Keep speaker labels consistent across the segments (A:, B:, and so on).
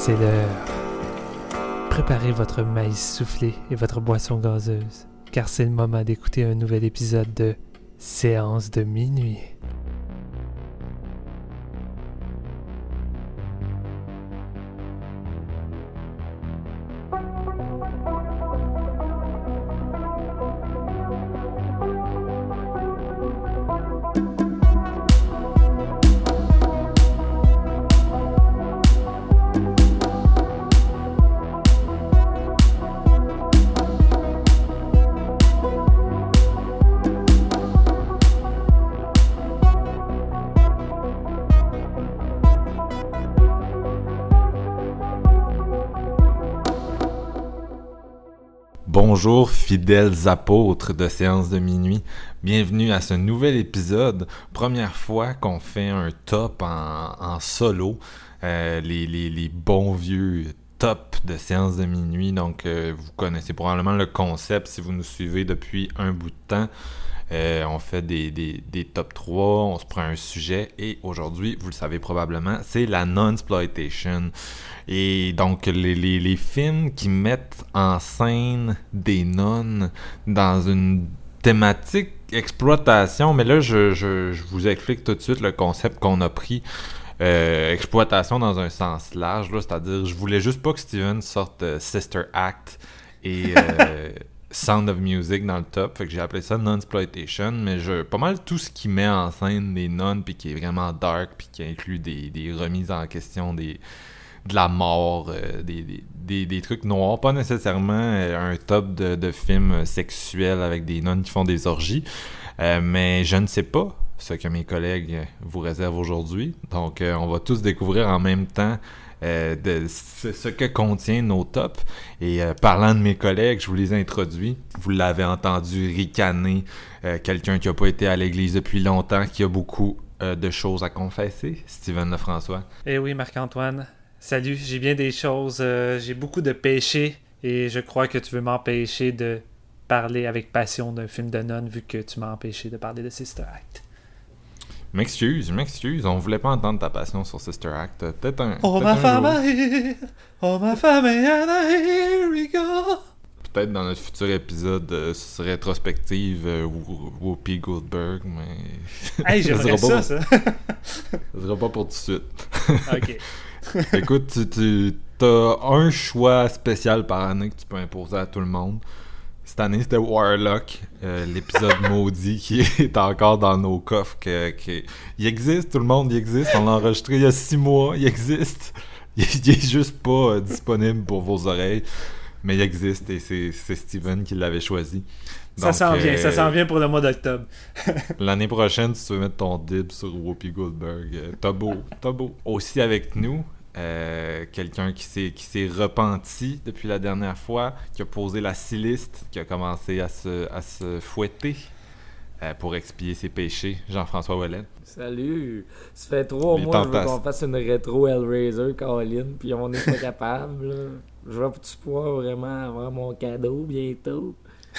A: C'est l'heure. Préparez votre maïs soufflé et votre boisson gazeuse, car c'est le moment d'écouter un nouvel épisode de Séance de minuit.
B: Bonjour fidèles apôtres de Séance de minuit, bienvenue à ce nouvel épisode, première fois qu'on fait un top en solo, les bons vieux top de Séance de minuit, donc vous connaissez probablement le concept si vous nous suivez depuis un bout de temps. On fait des top 3, on se prend un sujet et aujourd'hui, vous le savez probablement, c'est la non-exploitation. Et donc, les films qui mettent en scène des nonnes dans une thématique exploitation, mais là, je vous explique tout de suite le concept qu'on a pris. Exploitation dans un sens large, là, c'est-à-dire, je voulais juste pas que Steven sorte Sister Act et Sound of Music dans le top, fait que j'ai appelé ça non-exploitation, mais pas mal tout ce qui met en scène des nonnes, puis qui est vraiment dark, puis qui inclut des remises en question de la mort, des trucs noirs, pas nécessairement un top de films sexuels avec des nonnes qui font des orgies, mais je ne sais pas ce que mes collègues vous réservent aujourd'hui, donc on va tous découvrir en même temps de ce que contient nos tops. Et parlant de mes collègues, je vous les introduis. Vous l'avez entendu ricaner, quelqu'un qui n'a pas été à l'église depuis longtemps, qui a beaucoup de choses à confesser, Steven Lefrançois.
A: Eh oui, Marc-Antoine. Salut, j'ai bien des choses. J'ai beaucoup de péchés et je crois que tu veux m'empêcher de parler avec passion d'un film de nonne vu que tu m'as empêché de parler de Sister Act.
B: M'excuse, on voulait pas entendre ta passion sur Sister Act. Peut-être un.
A: Oh
B: peut-être
A: ma
B: un
A: femme,
B: jour.
A: oh ma femme, here we go.
B: Peut-être dans notre futur épisode rétrospective Whoopi Goldberg, mais.
A: Hey, j'aimerais ça.
B: Ça sera pas pour tout de suite.
A: Ok.
B: Écoute, tu as un choix spécial par année que tu peux imposer à tout le monde. Cette année, c'était Warlock, l'épisode maudit qui est encore dans nos coffres. Il existe, tout le monde, il existe. On l'a enregistré il y a 6 mois, il existe. Il est juste pas disponible pour vos oreilles, mais il existe et c'est Steven qui l'avait choisi. Donc,
A: ça s'en vient pour le mois d'octobre.
B: L'année prochaine, si tu veux mettre ton dib sur Whoopi Goldberg, t'as beau. Aussi avec nous, quelqu'un qui s'est repenti depuis la dernière fois, qui a posé la siliste, qui a commencé à se fouetter pour expier ses péchés, Jean-François Ouellet.
C: Salut! Ça fait 3 mois que je veux qu'on fasse une rétro Hellraiser, Colin, puis on n'est pas capable. Là. Je vais tu pouvoir vraiment avoir mon cadeau bientôt.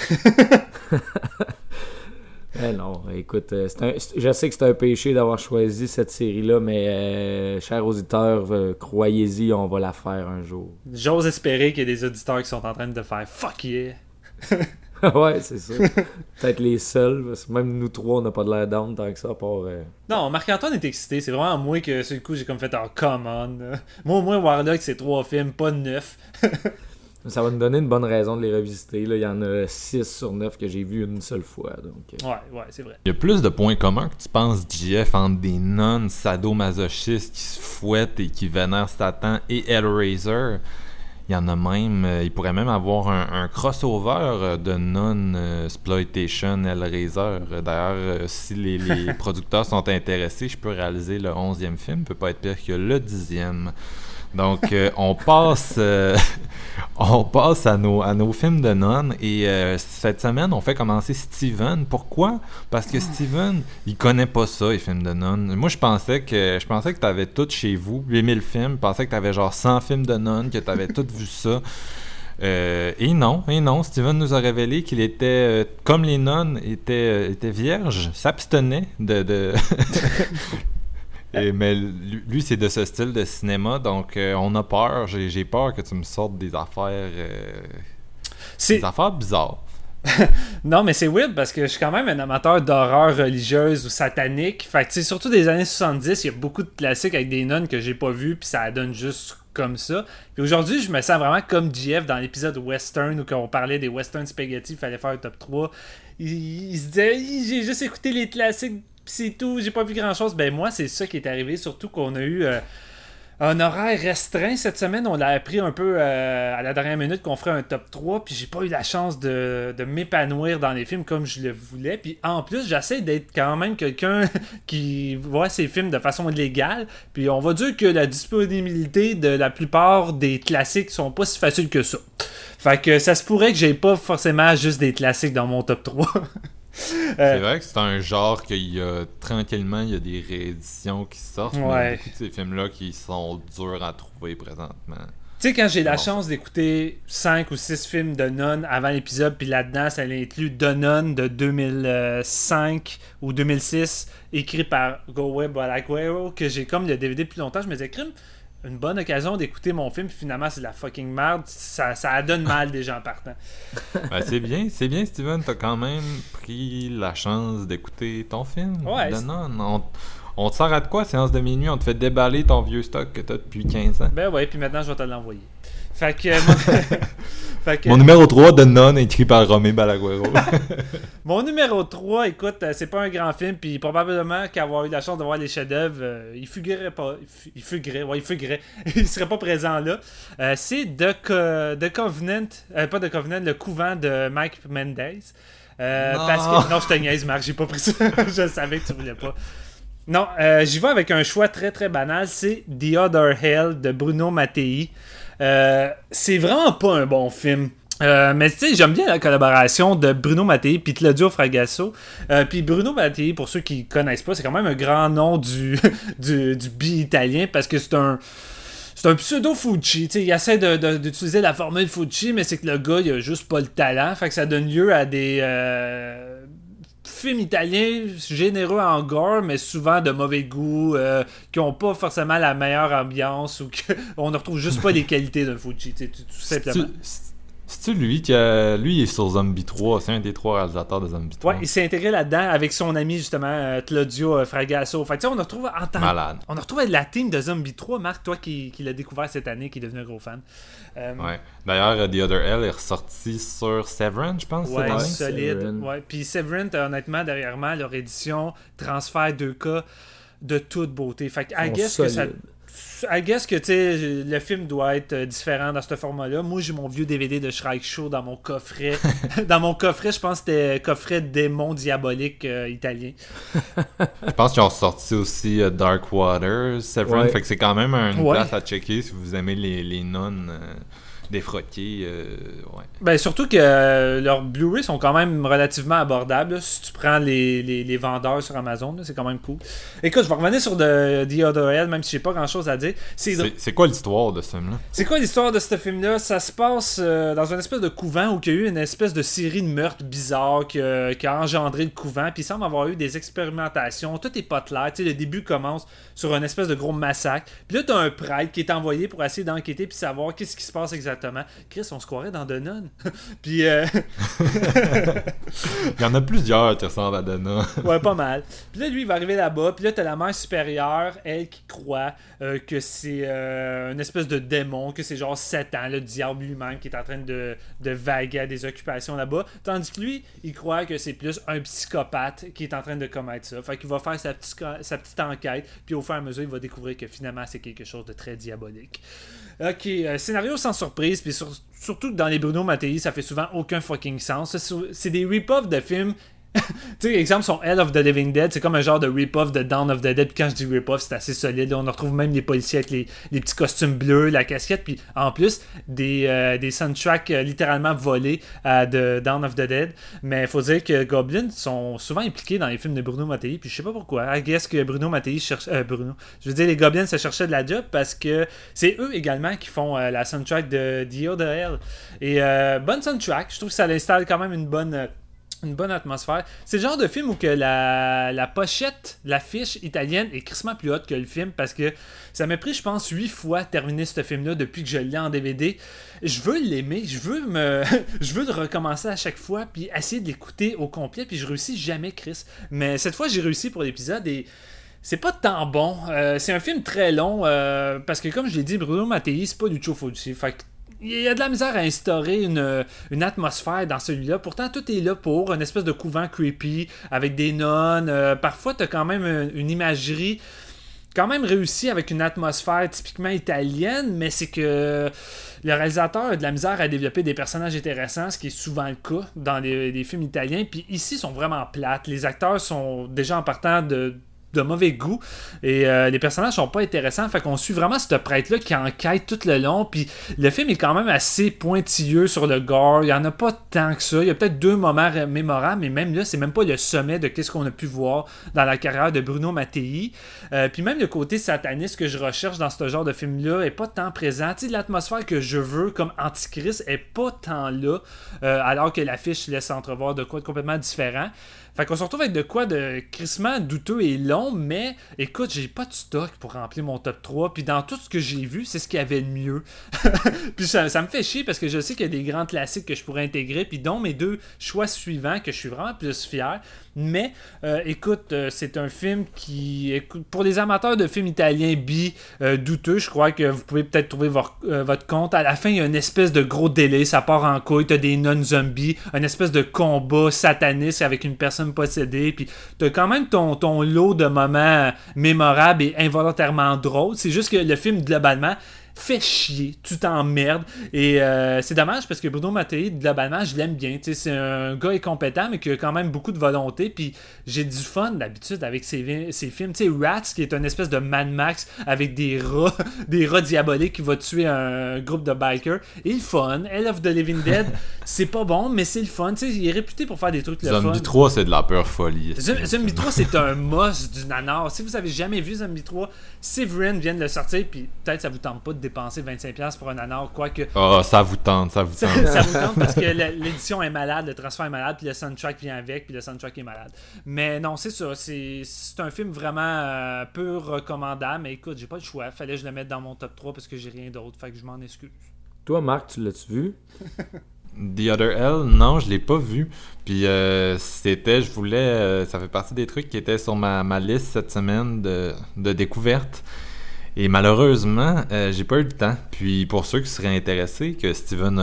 C: Non, écoute, je sais que c'est un péché d'avoir choisi cette série-là, mais chers auditeurs, croyez-y, on va la faire un jour.
A: J'ose espérer qu'il y a des auditeurs qui sont en train de faire « Fuck yeah! »
C: Ouais, c'est ça. Peut-être les seuls, parce que même nous trois, on n'a pas de l'air down tant que ça, à part...
A: Non, Marc-Antoine est excité, c'est vraiment moi que, sur le coup, j'ai comme fait « Oh, come on! » Moi, au moins, Warlock, c'est 3 films, pas 9.
C: Ça va nous donner une bonne raison de les revisiter. Là. Il y en a 6 sur 9 que j'ai vu une seule fois. Donc...
A: Ouais, c'est vrai.
B: Il y a plus de points communs que tu penses, JF, entre des nonnes sadomasochistes qui se fouettent et qui vénèrent Satan et Hellraiser. Il y en a même, il pourrait même avoir un crossover de non-exploitation Hellraiser. D'ailleurs, si les producteurs sont intéressés, je peux réaliser le 11e film. Peut pas être pire que le 10e. Donc, on passe à nos films de nonnes et cette semaine, on fait commencer Steven. Pourquoi? Parce que Steven, il connaît pas ça, les films de nonnes. Moi, je pensais que t'avais tout chez vous, les 1000 films. Je pensais que t'avais genre 100 films de nonnes, que t'avais tout vu ça. Et non, Steven nous a révélé qu'il était, comme les nonnes, était vierge, s'abstenait de Mais lui, c'est de ce style de cinéma, donc on a peur. J'ai peur que tu me sortes des affaires... des affaires bizarres.
A: Non, mais c'est weird parce que je suis quand même un amateur d'horreur religieuse ou satanique. Fait que, surtout des années 70, il y a beaucoup de classiques avec des nonnes que j'ai pas vus, puis ça donne juste comme ça. Puis aujourd'hui, je me sens vraiment comme JF dans l'épisode western où on parlait des western spaghetti, il fallait faire un top 3. Il se disait, j'ai juste écouté les classiques, pis c'est tout, j'ai pas vu grand chose. Ben moi, c'est ça qui est arrivé, surtout qu'on a eu un horaire restreint cette semaine. On l'a appris un peu à la dernière minute qu'on ferait un top 3, puis j'ai pas eu la chance de m'épanouir dans les films comme je le voulais. Puis en plus, j'essaie d'être quand même quelqu'un qui voit ces films de façon légale. Puis on va dire que la disponibilité de la plupart des classiques sont pas si faciles que ça. Fait que ça se pourrait que j'ai pas forcément juste des classiques dans mon top 3.
B: C'est vrai que c'est un genre qu'il y a tranquillement, il y a des rééditions qui sortent, mais il y a beaucoup de ces films-là qui sont durs à trouver présentement.
A: Tu sais, quand j'ai la chance d'écouter 5 ou 6 films de Nun avant l'épisode, puis là-dedans, ça inclut The Nun de 2005 ou 2006, écrit par Gowe Balaguero, que j'ai comme le DVD depuis longtemps. Je me disais, crime, une bonne occasion d'écouter mon film, puis finalement c'est de la fucking merde, ça donne mal des gens partant.
B: Ben, c'est bien Steven, t'as quand même pris la chance d'écouter ton film.
A: Ouais.
B: Non, on te sert à de quoi, séance de minuit, on te fait déballer ton vieux stock que t'as depuis 15 ans.
A: Ben ouais, puis maintenant je vais te l'envoyer. Fait que...
B: Mon numéro 3 de Non, écrit par Romé Balaguero.
A: Mon numéro 3, écoute, c'est pas un grand film, puis probablement qu'avoir eu la chance de voir les chefs-d'œuvre, il fuguerait pas. Il fuguerait. Il serait pas présent là. C'est The Covenant, pas The Covenant, Le Couvent de Mike Mendez. Parce que... Non, je te niaise, Marc, j'ai pas pris ça. Je savais que tu voulais pas. Non, j'y vais avec un choix très très banal, c'est The Other Hell de Bruno Mattei. C'est vraiment pas un bon film. Mais tu sais, j'aime bien la collaboration de Bruno Mattei puis Claudio Fragasso. Puis Bruno Mattei, pour ceux qui connaissent pas, c'est quand même un grand nom du bi-italien parce que c'est un pseudo-Fucci. Il essaie d'utiliser la formule Fucci, mais c'est que le gars, il a juste pas le talent. Fait que ça donne lieu à des films italiens généreux en gore, mais souvent de mauvais goût, qui ont pas forcément la meilleure ambiance ou qu'on ne retrouve juste pas les qualités d'un Fucci, tout simplement.
B: C'est-tu lui qui a... Lui, il est sur Zombie 3. C'est un des 3 réalisateurs de Zombie 3.
A: Ouais, il s'est intégré là-dedans avec son ami, justement, Claudio Fragasso. Fait que tu sais, on retrouve
B: Malade.
A: On retrouve la team de Zombie 3, Marc, toi qui l'as découvert cette année, qui est devenu un gros fan.
B: Ouais. D'ailleurs, The Other Hell est ressorti sur Severance, je pense.
A: Ouais,
B: cette année.
A: solide. Ouais. Puis Severance, honnêtement, derrière moi, leur édition transfère 2K de toute beauté. Fait que, I guess que le film doit être différent dans ce format-là. Moi, j'ai mon vieux DVD de Shrike Show dans mon coffret. Dans mon coffret, je pense que c'était coffret démon diabolique italien.
B: Je pense qu'ils ont sorti aussi Dark Waters, Severance. Fait que c'est quand même une place à checker si vous aimez les nonnes défroquées. Ouais. Ben,
A: surtout que leurs Blu-ray sont quand même relativement abordables. Là. Si tu prends les vendeurs sur Amazon, là, c'est quand même cool. Écoute, je vais revenir sur The Other Hell, même si j'ai pas grand-chose à dire.
B: C'est quoi l'histoire de ce film-là?
A: C'est quoi l'histoire de ce film-là? Ça se passe dans une espèce de couvent où il y a eu une espèce de série de meurtres bizarres qui a engendré le couvent. Puis il semble avoir eu des expérimentations. Tout est pas clair. Le début commence sur une espèce de gros massacre. Puis là, t'as un prêtre qui est envoyé pour essayer d'enquêter puis savoir qu'est-ce qui se passe exactement. Chris, on se croirait dans The Nun. Puis il
B: y en a plusieurs qui ressemblent à The Nun.
A: Ouais, pas mal. Puis là, lui, il va arriver là-bas. Puis là, t'as la mère supérieure, elle qui croit que c'est une espèce de démon, que c'est genre Satan, le diable lui-même, qui est en train de vaguer à des occupations là-bas. Tandis que lui, il croit que c'est plus un psychopathe qui est en train de commettre ça. Fait qu'il va faire sa petite enquête. Puis au fur et à mesure, il va découvrir que finalement, c'est quelque chose de très diabolique. Ok, scénario sans surprise, puis surtout que dans les Bruno Mattei, ça fait souvent aucun fucking sens. C'est des rip-offs de films. Tu sais, exemple, son Hell of the Living Dead, c'est comme un genre de rip-off de Dawn of the Dead. Puis quand je dis rip-off, c'est assez solide. Là, on retrouve même les policiers avec les petits costumes bleus, la casquette. Puis en plus, des soundtracks littéralement volés de Dawn of the Dead. Mais il faut dire que Goblin sont souvent impliqués dans les films de Bruno Mattei. Puis je sais pas pourquoi. I guess que Bruno Mattei cherche. Je veux dire, les Goblins se cherchaient de la job parce que c'est eux également qui font la soundtrack de The Other Hell. Et bonne soundtrack. Je trouve que ça installe quand même une bonne une bonne atmosphère. C'est le genre de film où que la pochette, l'affiche italienne est crissement plus haute que le film parce que ça m'a pris, je pense, 8 fois terminer ce film-là depuis que je l'ai en DVD. Je veux l'aimer, je veux le recommencer à chaque fois puis essayer de l'écouter au complet puis je réussis jamais, Chris. Mais cette fois, j'ai réussi pour l'épisode et c'est pas tant bon. C'est un film très long parce que comme je l'ai dit, Bruno Mattei, c'est pas Lucio Fulci. Fait que il y a de la misère à instaurer une atmosphère dans celui-là. Pourtant, tout est là pour une espèce de couvent creepy avec des nonnes. Parfois, tu as quand même une imagerie quand même réussie avec une atmosphère typiquement italienne, mais c'est que le réalisateur a de la misère à développer des personnages intéressants, ce qui est souvent le cas dans les films italiens. Puis ici, ils sont vraiment plates. Les acteurs sont déjà en partant de mauvais goût et les personnages sont pas intéressants, fait qu'on suit vraiment ce prêtre là qui enquête tout le long, puis le film est quand même assez pointilleux sur le gore, il y en a pas tant que ça, il y a peut-être 2 moments mémorables, mais même là c'est même pas le sommet de qu'est-ce qu'on a pu voir dans la carrière de Bruno Mattei, puis même le côté sataniste que je recherche dans ce genre de film là est pas tant présent, tu sais, l'atmosphère que je veux comme Antichrist est pas tant là, alors que l'affiche laisse entrevoir de quoi de complètement différent. Fait qu'on se retrouve avec de quoi de crissement douteux et long, mais écoute, j'ai pas de stock pour remplir mon top 3, puis dans tout ce que j'ai vu, c'est ce qu'il y avait de mieux. Puis ça me fait chier parce que je sais qu'il y a des grands classiques que je pourrais intégrer, puis dont mes 2 choix suivants que je suis vraiment plus fier. Mais écoute, c'est un film qui, pour les amateurs de films italiens douteux, je crois que vous pouvez peut-être trouver votre compte. À la fin, il y a une espèce de gros délai, ça part en couille, t'as des non-zombies, une espèce de combat sataniste avec une personne possédée, puis t'as quand même ton lot de moments mémorables et involontairement drôles. C'est juste que le film, globalement, fait chier, tu t'emmerdes et c'est dommage parce que Bruno Mattei, globalement, je l'aime bien, tu sais, c'est un gars incompétent mais qui a quand même beaucoup de volonté, puis j'ai du fun d'habitude avec ses films, tu sais, Rats qui est une espèce de Mad Max avec des rats diaboliques qui va tuer un groupe de bikers, et le fun. Hell of the Living Dead, c'est pas bon mais c'est le fun, tu sais, il est réputé pour faire des trucs le fun.
B: Zombie 3 c'est de la peur folie.
A: Zombie 3 c'est un must du nanar. Si vous avez jamais vu Zombie 3, Severin vient de le sortir, puis peut-être ça vous tente pas de dépenser 25$ pour un nanar, quoique...
B: ça vous tente.
A: Ça vous tente parce que l'édition est malade, le transfert est malade, puis le soundtrack vient avec, puis le soundtrack est malade. Mais non, c'est ça, c'est un film vraiment peu recommandable, mais écoute, j'ai pas le choix, fallait que je le mette dans mon top 3 parce que j'ai rien d'autre, fait que je m'en excuse.
C: Toi, Marc, tu l'as-tu vu?
B: The Other Hell, non, je l'ai pas vu. Puis je voulais, ça fait partie des trucs qui étaient sur ma liste cette semaine de découvertes. Et malheureusement, j'ai pas eu le temps. Puis pour ceux qui seraient intéressés, que Steven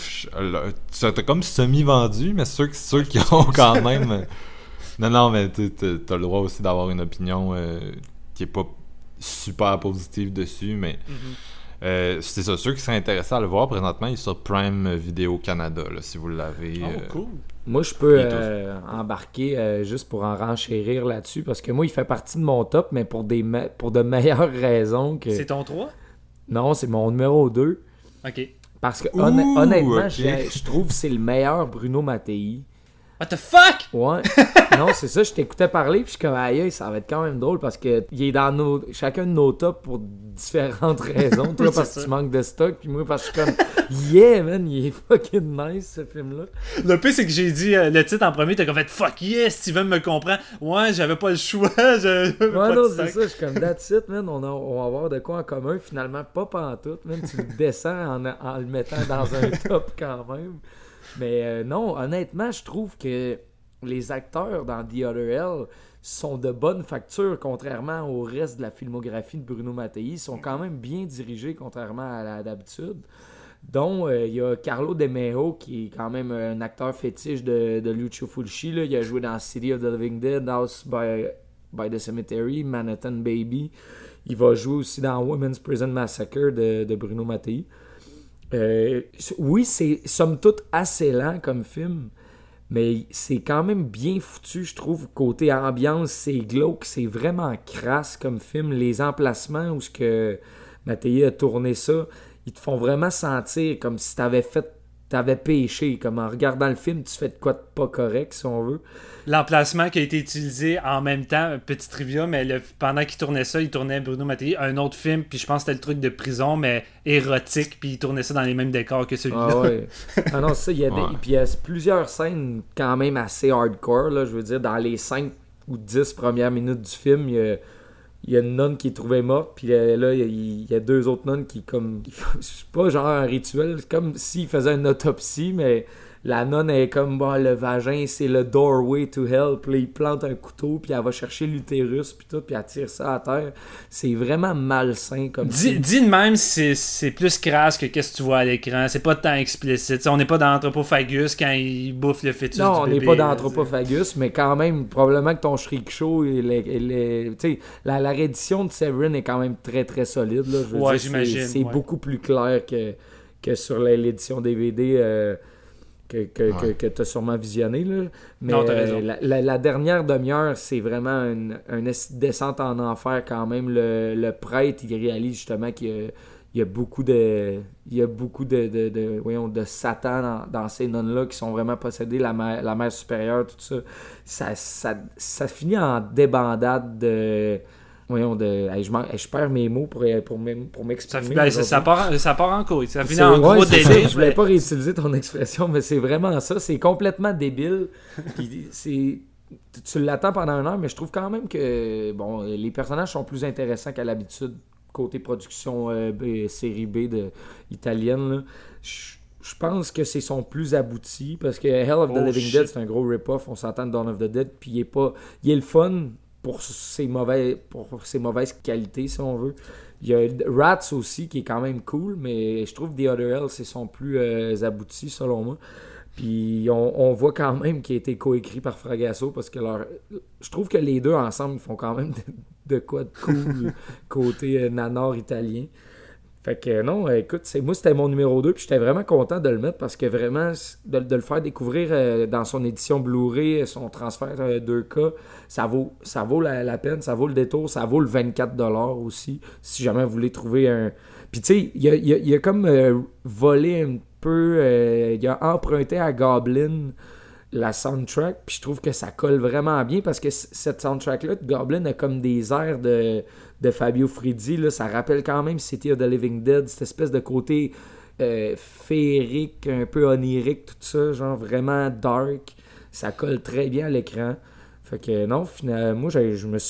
B: t'as comme semi-vendu, mais ceux qui ont quand même... Non, mais t'as le droit aussi d'avoir une opinion qui est pas super positive dessus, mais... c'est ça, ceux qui seraient intéressés à le voir présentement, il est sur Prime Video Canada, là, si vous l'avez.
A: Oh, cool.
C: Moi, je peux embarquer juste pour en renchérir là-dessus, parce que moi, il fait partie de mon top, mais pour de meilleures raisons que...
A: C'est ton 3?
C: Non, c'est mon numéro 2.
A: OK.
C: Parce que honnêtement,
B: okay.
C: je trouve que c'est le meilleur Bruno Mattei.
A: What the fuck?
C: Ouais. Non, c'est ça, je t'écoutais parler, puis je suis comme, aïe, ça va être quand même drôle, parce que il est dans chacun de nos tops pour différentes raisons. Toi, parce que tu manques de stock, puis moi, parce que je suis comme, yeah, man, il est fucking nice, ce film-là.
A: Le pire, c'est que j'ai dit le titre en premier, t'as comme fait, fuck yeah, Steven me comprend. Ouais, j'avais pas le choix.
C: Ouais, non, c'est ça, je suis comme, that's it, man, on va avoir de quoi en commun, finalement, pas pantoute, man, tu le descends en le mettant dans un top quand même. Mais non, honnêtement, je trouve que les acteurs dans The Other Hell sont de bonne facture, contrairement au reste de la filmographie de Bruno Mattei. Ils sont quand même bien dirigés, contrairement à d'habitude. Dont il y a Carlo De Mejo, qui est quand même un acteur fétiche de Lucio Fulci. Là. Il a joué dans City of the Living Dead, House by the Cemetery, Manhattan Baby. Il va jouer aussi dans Women's Prison Massacre de Bruno Mattei. Oui, c'est somme toute assez lent comme film, mais c'est quand même bien foutu, je trouve. Côté ambiance, c'est glauque, c'est vraiment crasse comme film. Les emplacements où ce que Mattei a tourné ça, ils te font vraiment sentir comme si t'avais fait t'avais péché. Comme en regardant le film, tu fais de quoi de pas correct, si on veut.
A: L'emplacement qui a été utilisé en même temps, petit trivia, mais pendant qu'il tournait ça, il tournait Bruno Mattei un autre film, puis je pense que c'était le truc de prison, mais érotique, puis il tournait ça dans les mêmes décors que celui-là.
C: Ah ouais. Ah non, ça, il y a puis il y a plusieurs scènes quand même assez hardcore, là, je veux dire, dans les 5 ou 10 premières minutes du film, il y a une nonne qui est trouvée morte, puis là, il y a 2 autres nonnes qui, comme... C'est pas genre un rituel, c'est comme s'ils faisaient une autopsie, mais la nonne est comme, bah, le vagin, c'est le doorway to hell, puis là, il plante un couteau, puis elle va chercher l'utérus, puis tout, puis elle tire ça à terre. C'est vraiment malsain, comme
A: dit de même, c'est plus crasse que qu'est-ce que tu vois à l'écran. C'est pas tant explicite. T'sais, on n'est pas dans l'anthropophagus quand il bouffe le fœtus
C: non,
A: du
C: on
A: bébé.
C: n'est pas dans l'anthropophagus, mais quand même, probablement que ton shriek show, la réédition de Severin est quand même très, très solide. Là, je veux dire,
A: j'imagine.
C: C'est beaucoup plus clair que sur l'édition DVD que tu as sûrement visionné. Là. Mais
A: non, t'as raison.
C: La dernière demi-heure, c'est vraiment une descente en enfer quand même. Le prêtre, il réalise justement qu'il y a beaucoup de Satan dans ces nonnes-là qui sont vraiment possédées, la mère supérieure, tout ça. Ça finit en débandade de... je perds mes mots pour m'exprimer.
A: Ça part en couille. Ça finit en gros délire.
C: Je voulais pas réutiliser ton expression, mais c'est vraiment ça. C'est complètement débile. Puis tu l'attends pendant 1 heure, mais je trouve quand même que les personnages sont plus intéressants qu'à l'habitude côté production série B italienne. Là. Je pense que c'est son plus abouti parce que Hell of the Living Dead, c'est un gros rip-off. On s'entend de Dawn of the Dead. Puis il est le fun pour ses mauvaises qualités, si on veut. Il y a Rats aussi, qui est quand même cool, mais je trouve The Other Hell, c'est son plus abouti, selon moi. Puis on voit quand même qu'il a été coécrit par Fragasso, parce que je trouve que les deux ensemble, ils font quand même de quoi de cool côté nanar italien. Fait que non, écoute, moi c'était mon numéro 2, puis j'étais vraiment content de le mettre parce que vraiment, de le faire découvrir dans son édition Blu-ray, son transfert 2K, ça vaut la peine, ça vaut le détour, ça vaut le 24$ aussi, si jamais vous voulez trouver un... Puis tu sais, il a comme volé un peu, il a emprunté à Goblin la soundtrack, puis je trouve que ça colle vraiment bien parce que cette soundtrack-là de Goblin a comme des airs de Fabio Frizzi, là, ça rappelle quand même City of the Living Dead, cette espèce de côté féerique, un peu onirique, tout ça, genre vraiment dark, ça colle très bien à l'écran. Fait que non, finalement, moi je me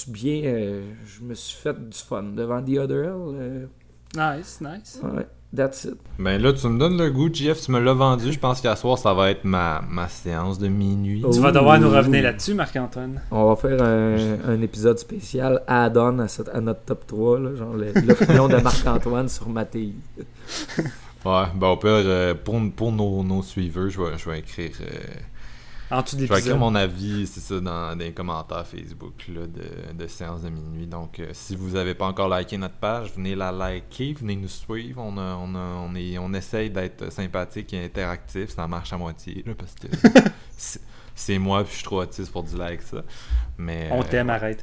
C: suis fait du fun devant The Other Hell.
A: Nice.
C: Ouais. That's it.
B: Ben là, tu me donnes le goût, JF, tu me l'as vendu. Je pense qu'à soir, ça va être ma séance de minuit.
A: Tu vas devoir nous revenir là-dessus, Marc-Antoine.
C: On va faire un épisode spécial add-on à notre top 3, là, genre l'opinion de Marc-Antoine sur Mattei.
B: Ouais, ben au pire, pour nos suiveurs, je vais écrire...
A: En dessous de
B: je vais
A: l'épisode.
B: écrire mon avis, c'est ça, dans les commentaires Facebook là, de séance de minuit. Donc, si vous n'avez pas encore liké notre page, venez la liker, venez nous suivre. On essaye d'être sympathique et interactif. Ça marche à moitié, là, parce que c'est moi, puis je suis trop autiste pour du like, ça. Mais,
A: on t'aime, arrête.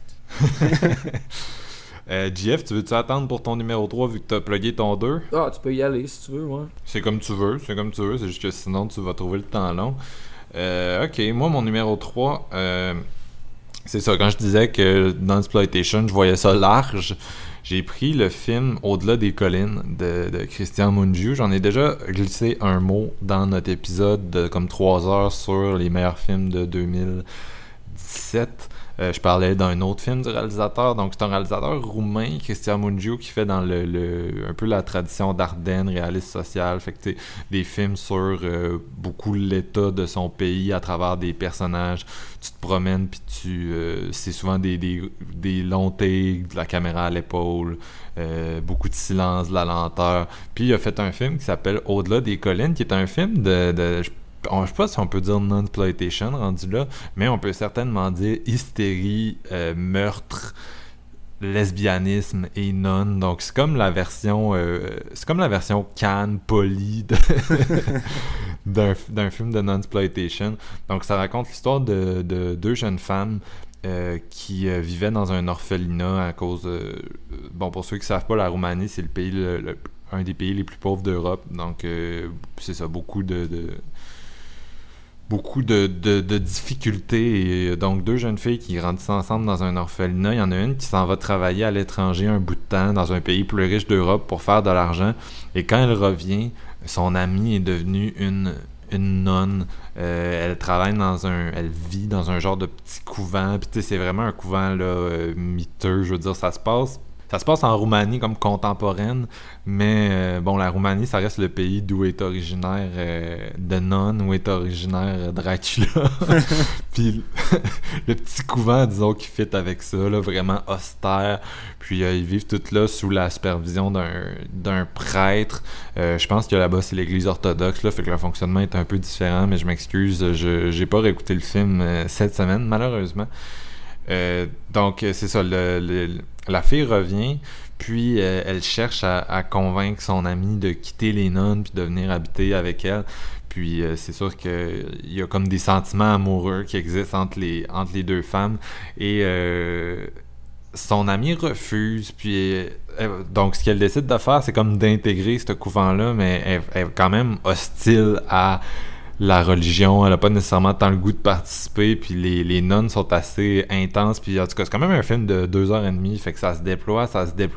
B: JF, tu veux-tu attendre pour ton numéro 3 vu que tu as plugué ton 2?
C: Ah, tu peux y aller si tu veux, ouais.
B: C'est comme tu veux. C'est juste que sinon, tu vas trouver le temps long. Ok, moi mon numéro 3, c'est ça, quand je disais que dans Exploitation, je voyais ça large, j'ai pris le film Au-delà des collines de Christian Mungiu. J'en ai déjà glissé un mot dans notre épisode de comme 3 heures sur les meilleurs films de 2017. Je parlais d'un autre film du réalisateur, donc c'est un réalisateur roumain, Christian Mungiu, qui fait dans un peu la tradition d'Ardennes, réaliste social, fait que des films sur beaucoup l'état de son pays à travers des personnages. Tu te promènes puis c'est souvent des longs takes, de la caméra à l'épaule, beaucoup de silence, de la lenteur. Puis il a fait un film qui s'appelle Au-delà des collines, qui est un film je sais pas si on peut dire non-exploitation rendu là, mais on peut certainement dire hystérie, meurtre, lesbianisme et non. Donc c'est comme la version Cannes polie d'un film de non-exploitation. Donc ça raconte l'histoire de 2 jeunes femmes qui vivaient dans un orphelinat à cause pour ceux qui savent pas, la Roumanie c'est le pays un des pays les plus pauvres d'Europe. Donc, c'est ça, beaucoup de difficultés. Et donc, 2 jeunes filles qui grandissent ensemble dans un orphelinat. Il y en a une qui s'en va travailler à l'étranger un bout de temps dans un pays plus riche d'Europe pour faire de l'argent. Et quand elle revient, son amie est devenue une nonne. Elle travaille elle vit dans un genre de petit couvent. Puis tu sais, c'est vraiment un couvent là, miteux. Je veux dire, ça se passe en Roumanie comme contemporaine, mais bon, la Roumanie, ça reste le pays d'où est originaire de nonne, où est originaire Dracula. Puis le petit couvent, disons, qui fit avec ça, là, vraiment austère. Puis ils vivent tous là sous la supervision d'un prêtre. Je pense que là-bas, c'est l'église orthodoxe, là, fait que le fonctionnement est un peu différent, mais je m'excuse, j'ai pas réécouté le film cette semaine, malheureusement. Donc, c'est ça, la fille revient, puis elle cherche à convaincre son amie de quitter les nonnes puis de venir habiter avec elle. Puis c'est sûr qu'il y a comme des sentiments amoureux qui existent entre les 2 femmes. Et son amie refuse, puis donc ce qu'elle décide de faire, c'est comme d'intégrer ce couvent-là, mais elle est quand même hostile à la religion, elle a pas nécessairement tant le goût de participer, puis les nonnes sont assez intenses, puis en tout cas c'est quand même un film de 2h30, fait que ça se déploie,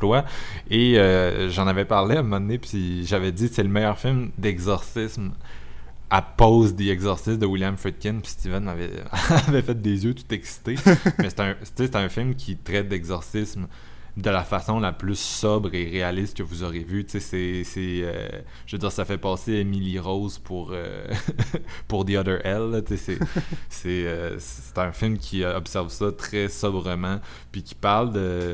B: et j'en avais parlé à un moment donné, puis j'avais dit que c'est le meilleur film d'exorcisme à pause des exorcismes de William Friedkin, puis Steven avait fait des yeux tout excités, mais c'est un film qui traite d'exorcisme de la façon la plus sobre et réaliste que vous aurez vu. Tu sais, je veux dire, ça fait passer Emily Rose pour The Other Hell. Tu sais, c'est un film qui observe ça très sobrement, puis qui parle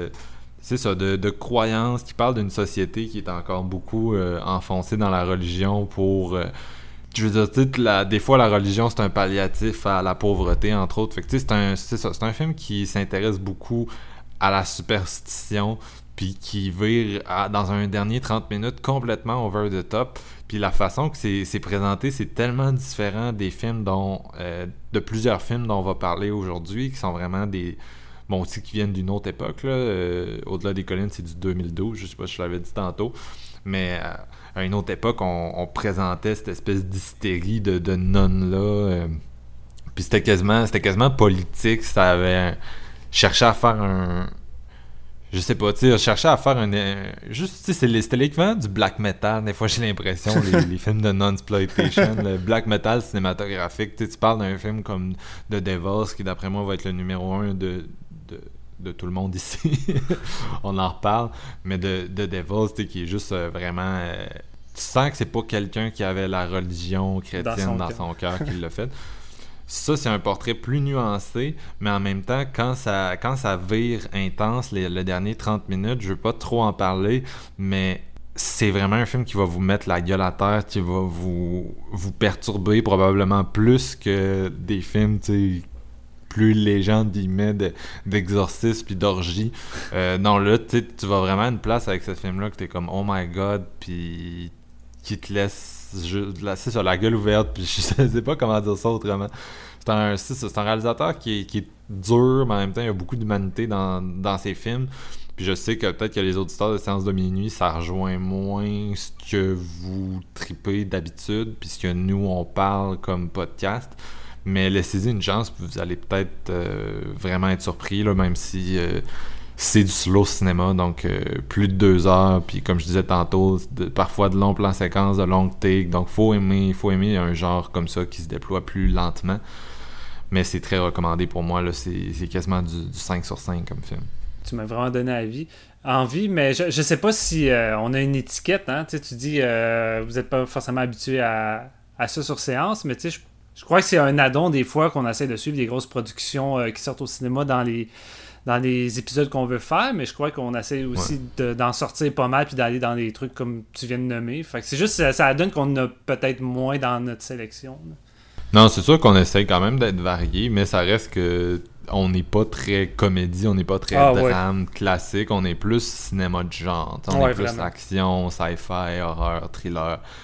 B: de croyances, qui parle d'une société qui est encore beaucoup enfoncée dans la religion pour... je veux dire, tu sais, des fois, la religion, c'est un palliatif à la pauvreté, entre autres. Fait que, tu sais, c'est un film qui s'intéresse beaucoup à la superstition, puis qui vire dans un dernier 30 minutes complètement over the top. Puis la façon que c'est présenté, c'est tellement différent des films de plusieurs films dont on va parler aujourd'hui, qui sont vraiment aussi qui viennent d'une autre époque, là. Au-delà des collines, c'est du 2012, je sais pas si je l'avais dit tantôt, mais à une autre époque, on présentait cette espèce d'hystérie de nonnes-là, puis c'était quasiment politique, ça avait... cherchait à faire je sais pas, tu sais, cherchait à faire juste, tu sais, c'était l'équivalent du black metal. Des fois, j'ai l'impression, les films de non-exploitation, le black metal cinématographique. Tu sais, tu parles d'un film comme The Devils, qui d'après moi va être le numéro 1 de tout le monde ici. On en reparle. Mais de Devils, tu sais, qui est juste vraiment... tu sens que c'est pas quelqu'un qui avait la religion chrétienne dans son cœur qui l'a fait. Ça, c'est un portrait plus nuancé, mais en même temps, quand ça vire intense, le dernier 30 minutes, je veux pas trop en parler, mais c'est vraiment un film qui va vous mettre la gueule à terre, qui va vous perturber probablement plus que des films, tu sais, plus légendes d'exorcisme puis d'orgie. Non, là, tu vas vraiment à une place avec ce film-là que t'es comme « Oh my God », puis qui te laisse c'est sur la gueule ouverte, puis je sais pas comment dire ça autrement. C'est un réalisateur qui est dur, mais en même temps il y a beaucoup d'humanité dans ses films, puis je sais que peut-être que les auditeurs de Séance de minuit, ça rejoint moins ce que vous tripez d'habitude, puis ce que nous on parle comme podcast, mais laissez-y une chance, puis vous allez peut-être vraiment être surpris, là, même si c'est du slow cinéma, donc plus de 2 heures, puis comme je disais tantôt, parfois de longs plans séquences, de longues takes, donc faut aimer un genre comme ça qui se déploie plus lentement, mais c'est très recommandé pour moi, là, c'est quasiment du 5 sur 5 comme film.
A: Tu m'as vraiment donné envie, mais je sais pas si on a une étiquette, hein, tu sais, tu dis vous êtes pas forcément habitué à ça sur Séance, mais tu sais, je crois que c'est un add-on des fois qu'on essaie de suivre des grosses productions qui sortent au cinéma dans les épisodes qu'on veut faire, mais je crois qu'on essaie aussi d'en sortir pas mal puis d'aller dans des trucs comme tu viens de nommer. Fait que c'est juste, ça donne qu'on a peut-être moins dans notre sélection, là.
B: Non, c'est sûr qu'on essaie quand même d'être varié, mais ça reste que on n'est pas très comédie, on n'est pas très drame classique, on est plus cinéma de genre. On est plus
A: vraiment.
B: action, sci-fi, horreur, thriller.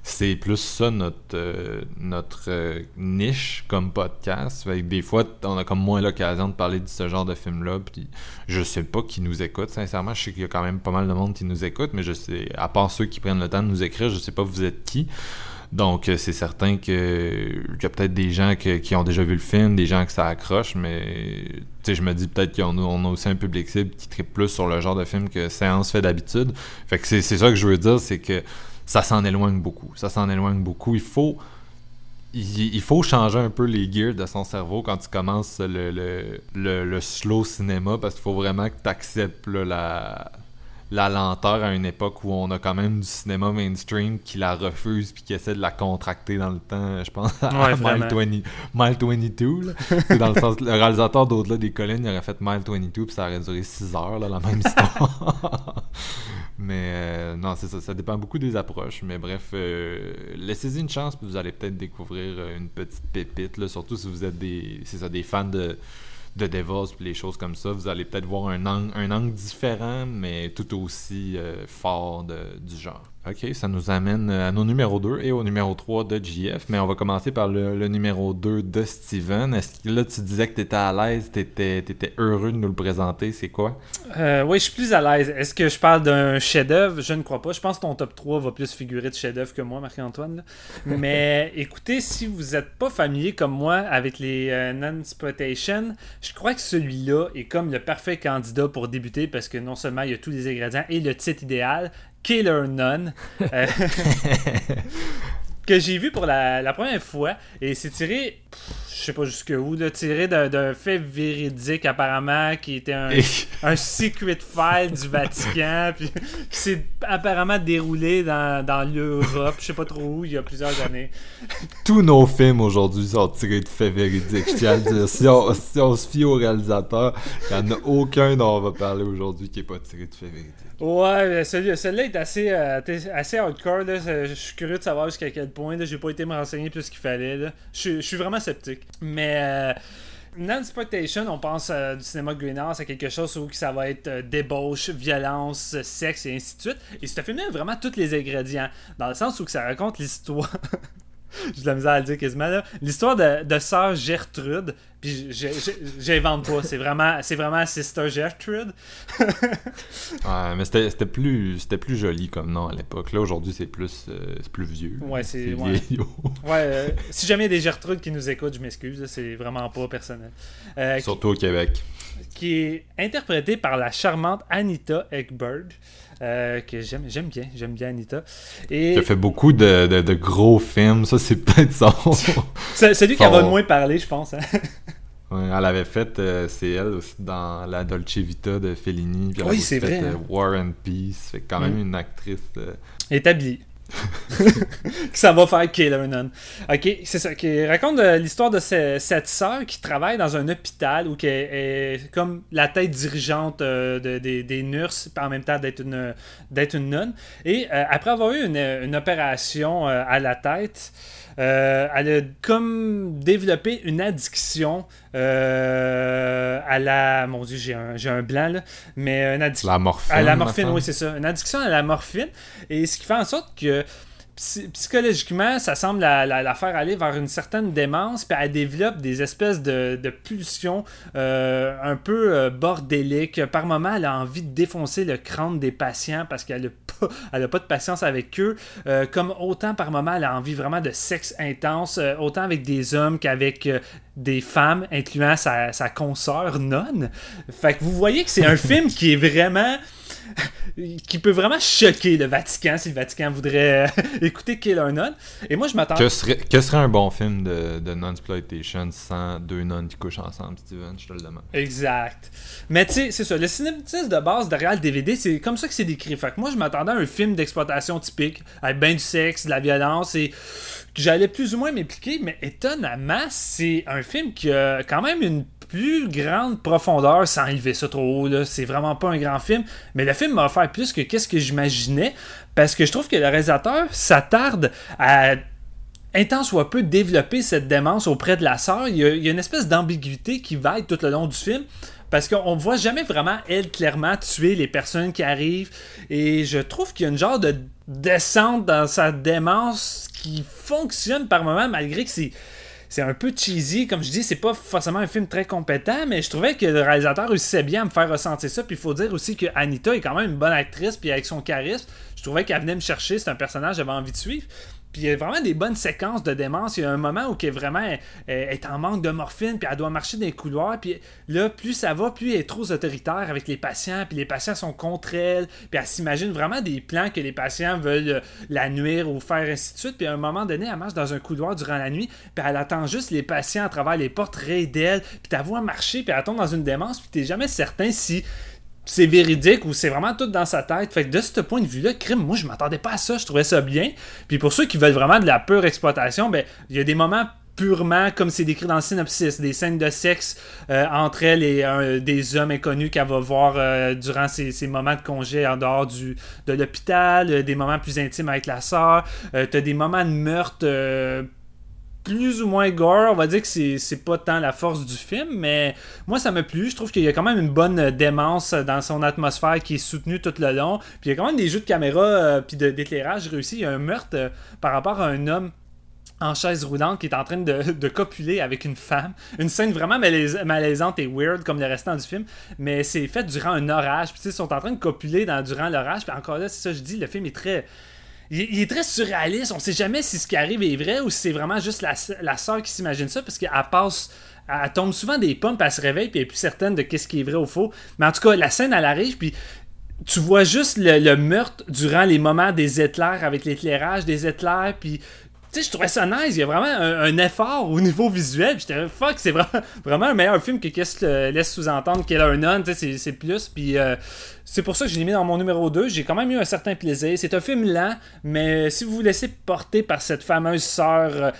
B: c'est plus ça notre niche comme podcast. Fait que des fois, on a comme moins l'occasion de parler de ce genre de film-là. Puis je sais pas qui nous écoute, sincèrement. Je sais qu'il y a quand même pas mal de monde qui nous écoute, mais je sais, à part ceux qui prennent le temps de nous écrire, je sais pas vous êtes qui. Donc, c'est certain qu'il y a peut-être des gens qui ont déjà vu le film, des gens que ça accroche, mais je me dis peut-être qu'on a aussi un public cible qui tripe plus sur le genre de film que Séance fait d'habitude. Fait que c'est ça que je veux dire, c'est que ça s'en éloigne beaucoup. Ça s'en éloigne beaucoup. Il faut changer un peu les gears de son cerveau quand tu commences le slow cinéma, parce qu'il faut vraiment que tu acceptes la lenteur à une époque où on a quand même du cinéma mainstream qui la refuse puis qui essaie de la contracter dans le temps. Je pense à Mile 22. Là. C'est dans le sens, le réalisateur d'Au-delà des collines, il aurait fait Mile 22 puis ça aurait duré 6 heures, là, la même histoire. Mais non, c'est ça dépend beaucoup des approches. Mais bref, laissez-y une chance puis vous allez peut-être découvrir une petite pépite, là, surtout si vous êtes des fans de Devils et les choses comme ça, vous allez peut-être voir un angle différent, mais tout aussi fort du genre. Ok, ça nous amène à nos numéros 2 et au numéro 3 de JF, mais on va commencer par le numéro 2 de Steven. Est-ce que là, tu disais que tu étais à l'aise, tu étais heureux de nous le présenter, c'est quoi?
A: Oui, je suis plus à l'aise. Est-ce que je parle d'un chef-d'œuvre? Je ne crois pas. Je pense que ton top 3 va plus figurer de chef-d'œuvre que moi, Marc-Antoine. Là. Mais écoutez, si vous n'êtes pas familier comme moi avec les non-exploitation, je crois que celui-là est comme le parfait candidat pour débuter parce que non seulement il y a tous les ingrédients et le titre idéal, Killer Nun, que j'ai vu pour la première fois, et c'est tiré, je sais pas jusqu'où, tiré d'un fait véridique apparemment, qui était un secret file du Vatican, puis qui s'est apparemment déroulé dans l'Europe, je sais pas trop où, il y a plusieurs années.
B: Tous nos films aujourd'hui sont tirés de faits véridiques, je tiens à le dire. Si on se fie au réalisateur, il n'y en a aucun dont on va parler aujourd'hui qui n'est pas tiré de faits véridiques.
A: Ouais, celui-là est assez hardcore. Là. Je suis curieux de savoir jusqu'à quel point. Là. J'ai pas été me renseigner plus qu'il fallait. Là. Je suis vraiment sceptique. Mais non-exploitation, on pense du cinéma greenhouse à quelque chose où ça va être débauche, violence, sexe et ainsi de suite. Et ce film-là a vraiment tous les ingrédients. Dans le sens où que ça raconte l'histoire... J'ai de la misère à le dire quasiment là. L'histoire de sœur Gertrude. Puis j'invente pas. C'est vraiment Sister Gertrude.
B: Ouais, mais c'était plus joli comme nom à l'époque. Là aujourd'hui c'est plus vieux.
A: Ouais, c'est
B: vieillot.
A: Ouais, si jamais il y a des Gertrudes qui nous écoutent, je m'excuse. Là, c'est vraiment pas personnel.
B: Surtout au Québec.
A: Qui est interprétée par la charmante Anita Ekberg. Que j'aime bien Anita. Et...
B: qui a fait beaucoup de gros films, ça c'est peut-être son...
A: c'est lui qui a le moins parlé, je pense. Hein?
B: Ouais, elle avait fait, c'est elle aussi dans la Dolce Vita de Fellini. Puis
A: oui, c'est vrai.
B: War and Peace, fait quand même une actrice...
A: établie. que ça va faire Killer Nun. Ok, c'est ça. Qui raconte l'histoire de cette sœur qui travaille dans un hôpital où qui est comme la tête dirigeante des nurses, en même temps d'être une nonne. Et après avoir eu une opération à la tête, elle a comme développé une addiction à la... Mon Dieu, j'ai un blanc là. Mais une addiction...
B: La morphine.
A: À la morphine, oui, c'est ça. Une addiction à la morphine. Et ce qui fait en sorte que psychologiquement, ça semble la faire aller vers une certaine démence, puis elle développe des espèces de pulsions un peu bordéliques. Par moment, elle a envie de défoncer le crâne des patients parce qu'elle a pas de patience avec eux. Comme autant par moment, elle a envie vraiment de sexe intense, autant avec des hommes qu'avec des femmes, incluant sa consoeur nonne. Fait que vous voyez que c'est un film qui est vraiment... qui peut vraiment choquer le Vatican si le Vatican voudrait écouter Killer Nun. Et moi, je m'attends...
B: Que serait un bon film de non-exploitation sans deux nonnes qui couchent ensemble, Steven? Je te le demande.
A: Exact. Mais tu sais, c'est ça. Le synopsis de base derrière le DVD, c'est comme ça que c'est décrit. Fait que moi, je m'attendais à un film d'exploitation typique, avec ben du sexe, de la violence, et que j'allais plus ou moins m'impliquer. Mais étonnamment, c'est un film qui a quand même une plus grande profondeur sans élever ça trop haut. Là. C'est vraiment pas un grand film. Mais le film m'a offert plus que qu'est-ce que j'imaginais. Parce que je trouve que le réalisateur s'attarde à tant soit peu développer cette démence auprès de la sœur. Il y a une espèce d'ambiguïté qui va être tout le long du film. Parce qu'on ne voit jamais vraiment, elle, clairement tuer les personnes qui arrivent. Et je trouve qu'il y a une genre de descente dans sa démence qui fonctionne par moments, malgré que c'est un peu cheesy. Comme je dis, c'est pas forcément un film très compétent, mais je trouvais que le réalisateur réussissait bien à me faire ressentir ça. Puis il faut dire aussi que Anita est quand même une bonne actrice, puis avec son charisme, je trouvais qu'elle venait me chercher. C'est un personnage que j'avais envie de suivre. Puis il y a vraiment des bonnes séquences de démence. Il y a un moment où elle est en manque de morphine, puis elle doit marcher dans les couloirs. Puis là, plus ça va, plus elle est trop autoritaire avec les patients. Puis les patients sont contre elle. Puis elle s'imagine vraiment des plans que les patients veulent la nuire ou faire ainsi de suite. Puis à un moment donné, elle marche dans un couloir durant la nuit. Puis elle attend juste les patients à travers les portraits d'elle. Puis tu la vois marcher, puis elle tombe dans une démence. Puis t'es jamais certain si c'est véridique ou c'est vraiment tout dans sa tête. Fait que de ce point de vue-là, crime, moi je m'attendais pas à ça, je trouvais ça bien. Puis pour ceux qui veulent vraiment de la pure exploitation, ben il y a des moments purement comme c'est décrit dans le synopsis, des scènes de sexe entre elle et des hommes inconnus qu'elle va voir durant ces moments de congé en dehors de l'hôpital, des moments plus intimes avec la sœur, t'as des moments de meurtre plus ou moins gore. On va dire que c'est pas tant la force du film, mais moi ça m'a plu. Je trouve qu'il y a quand même une bonne démence dans son atmosphère qui est soutenue tout le long. Puis il y a quand même des jeux de caméra puis d'éclairage réussis. Il y a un meurtre par rapport à un homme en chaise roulante qui est en train de copuler avec une femme. Une scène vraiment malaisante et weird comme le restant du film, mais c'est fait durant un orage. Puis ils sont en train de copuler durant l'orage. Puis encore là, c'est ça que je dis, le film est très... Il est très surréaliste. On sait jamais si ce qui arrive est vrai ou si c'est vraiment juste la sœur qui s'imagine ça, parce qu'elle elle tombe souvent des pommes, puis elle se réveille, puis elle est plus certaine de qu'est-ce qui est vrai ou faux. Mais en tout cas, la scène, elle arrive, puis tu vois juste le meurtre durant les moments des éclairs, avec l'éclairage des éclairs, puis tu sais, je trouvais ça nice. Il y a vraiment un effort au niveau visuel. Puis j'étais fuck, c'est vraiment un meilleur film que qu'est-ce que laisse sous-entendre Killer Nun. Tu sais, c'est plus. Puis c'est pour ça que je l'ai mis dans mon numéro 2. J'ai quand même eu un certain plaisir. C'est un film lent, mais si vous vous laissez porter par cette fameuse sœur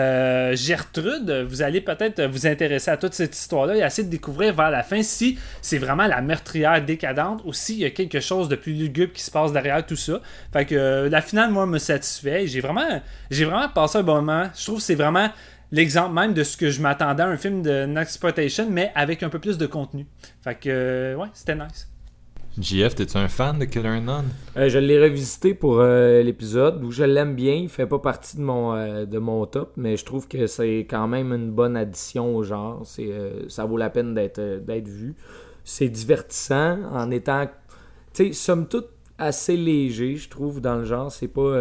A: Gertrude, vous allez peut-être vous intéresser à toute cette histoire-là et essayer de découvrir vers la fin si c'est vraiment la meurtrière décadente ou s'il y a quelque chose de plus lugubre qui se passe derrière tout ça. Fait que la finale, moi, me satisfait. J'ai vraiment passé un bon moment. Je trouve que c'est vraiment l'exemple même de ce que je m'attendais à un film de Exploitation, mais avec un peu plus de contenu. Fait que, ouais, c'était nice.
B: JF, t'es-tu un fan de Killer Nun?
C: Je l'ai revisité pour l'épisode où je l'aime bien. Il fait pas partie de mon top, mais je trouve que c'est quand même une bonne addition au genre. Ça vaut la peine d'être vu. C'est divertissant en étant, tu sais, somme toute assez léger, je trouve, dans le genre. C'est pas...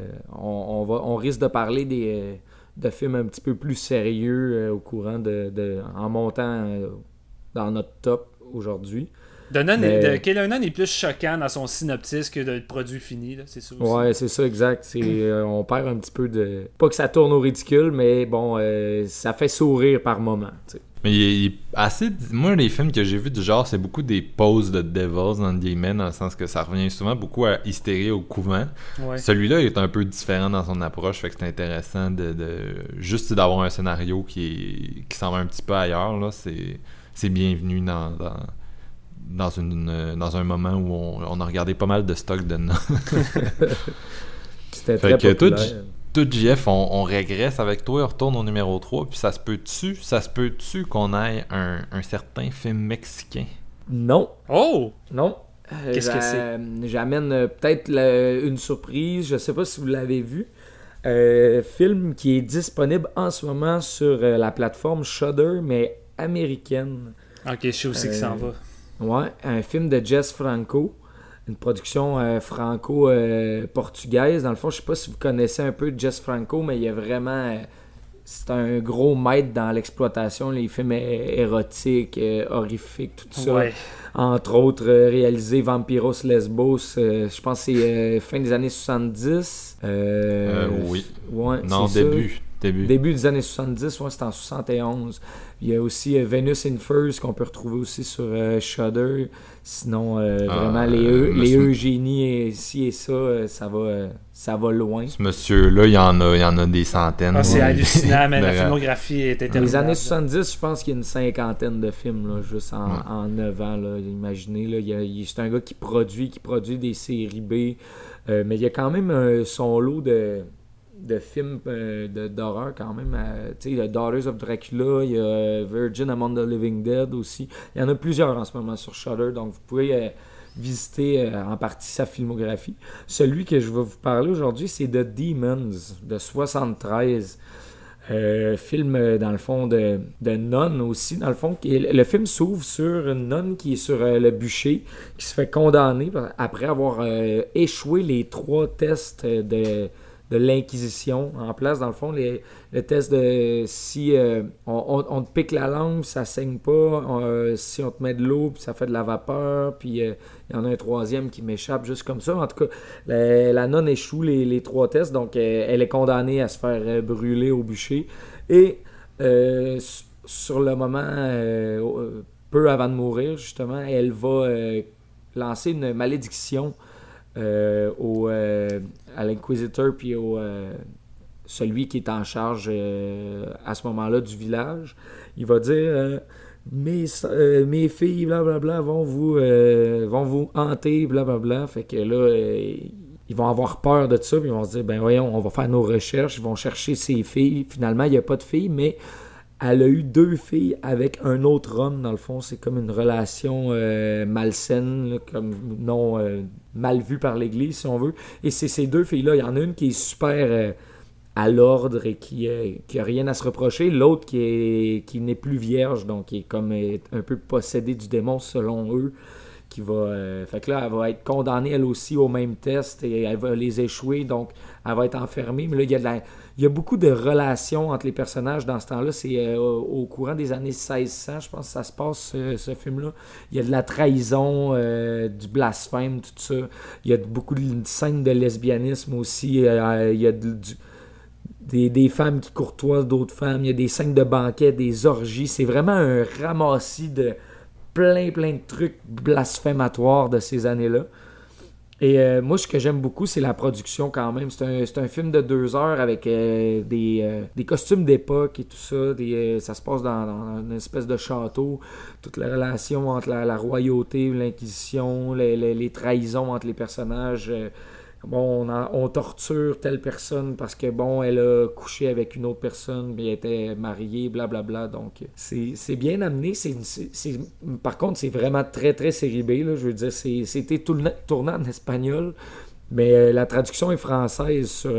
C: on risque de parler de films un petit peu plus sérieux au courant en montant dans notre top aujourd'hui.
A: Killer Nun est plus choquant dans son synopsis que de le produit fini, là, c'est ça aussi.
C: Ouais, c'est ça, exact. On perd un petit peu de... Pas que ça tourne au ridicule, mais bon, ça fait sourire par moment, tu sais.
B: Mais il est assez... Moi, les films que j'ai vus du genre, c'est beaucoup des poses de Devils, dans le sens que ça revient souvent beaucoup à Hystérie au couvent. Ouais. Celui-là est un peu différent dans son approche, fait que c'est intéressant juste d'avoir un scénario qui s'en va un petit peu ailleurs, là. C'est bienvenu dans un moment où on a regardé pas mal de stock de noms.
C: C'était très populaire.
B: Tout JF, on régresse avec toi, on retourne au numéro 3, puis ça se peut-tu qu'on aille un certain film mexicain?
C: Non.
A: Oh!
C: Non.
A: Qu'est-ce que c'est?
C: J'amène peut-être une surprise, je sais pas si vous l'avez vu. Film qui est disponible en ce moment sur la plateforme Shudder, mais américaine.
A: Ok, je sais aussi que ça en va.
C: Ouais, un film de Jess Franco, une production franco-portugaise. Dans le fond, je sais pas si vous connaissez un peu Jess Franco, mais il y a vraiment... c'est un gros maître dans l'exploitation, les films érotiques, horrifiques, tout ça. Ouais. Entre autres, réalisé Vampiros Lesbos, je pense que c'est fin des années 70.
B: Oui.
C: Ouais,
B: non,
C: Début des années 70, ouais, c'est en 71. Il y a aussi Venus in Furs qu'on peut retrouver aussi sur Shudder. Sinon, vraiment, les Eugénie ici et ça, ça va loin.
B: Ce monsieur-là, il y en a des centaines.
A: C'est hallucinant, mais la filmographie est interminable.
C: Les années 70, je pense qu'il y a une cinquantaine de films, là, juste en 9 ans. Là, imaginez, là, c'est un gars qui produit des séries B. Mais il y a quand même son lot de films d'horreur quand même. Tu sais, Daughters of Dracula, il y a Virgin Among the Living Dead aussi. Il y en a plusieurs en ce moment sur Shudder, donc vous pouvez visiter en partie sa filmographie. Celui que je vais vous parler aujourd'hui, c'est The Demons de 73. Film, dans le fond, de nonne aussi, dans le fond. Le film s'ouvre sur une nonne qui est sur le bûcher, qui se fait condamner après avoir échoué les 3 tests de l'Inquisition en place. Dans le fond, le test de si on te pique la langue, ça saigne pas, si on te met de l'eau, puis ça fait de la vapeur, puis il y en a un 3e qui m'échappe juste comme ça. En tout cas, la nonne échoue les 3 tests, donc elle est condamnée à se faire brûler au bûcher. Et sur le moment, peu avant de mourir, justement, elle va lancer une malédiction à l'inquisiteur puis celui qui est en charge à ce moment-là du village. Il va dire mes filles blablabla vont vous hanter blablabla. Fait que là ils vont avoir peur de ça, puis ils vont se dire ben voyons, on va faire nos recherches, ils vont chercher ses filles. Finalement il n'y a pas de filles, mais elle a eu 2 filles avec un autre homme, dans le fond. C'est comme une relation malsaine, là, comme non mal vue par l'Église, si on veut. Et c'est ces 2 filles-là. Il y en a une qui est super à l'ordre et qui a rien à se reprocher. L'autre qui n'est plus vierge, donc qui est comme un peu possédée du démon, selon eux. Fait que là, elle va être condamnée, elle aussi, au même test, et elle va les échouer, donc elle va être enfermée. Mais là, il y a beaucoup de relations entre les personnages dans ce temps-là. C'est au courant des années 1600, je pense que ça se passe, ce film-là. Il y a de la trahison, du blasphème, tout ça. Il y a beaucoup de scènes de lesbianisme aussi. Il y a des femmes qui courtoisent d'autres femmes. Il y a des scènes de banquets, des orgies. C'est vraiment un ramassis de plein de trucs blasphématoires de ces années-là. Et moi, ce que j'aime beaucoup, c'est la production quand même. C'est un film de 2 heures avec des costumes d'époque et tout ça. Ça se passe dans une espèce de château. Toute la relation entre la royauté, l'Inquisition, les trahisons entre les personnages. On torture telle personne parce que, elle a couché avec une autre personne, mais elle était mariée, blablabla. Donc, c'est bien amené. Par contre, c'est vraiment très, très série B, là. Je veux dire, c'était tourné en espagnol, mais la traduction est française sur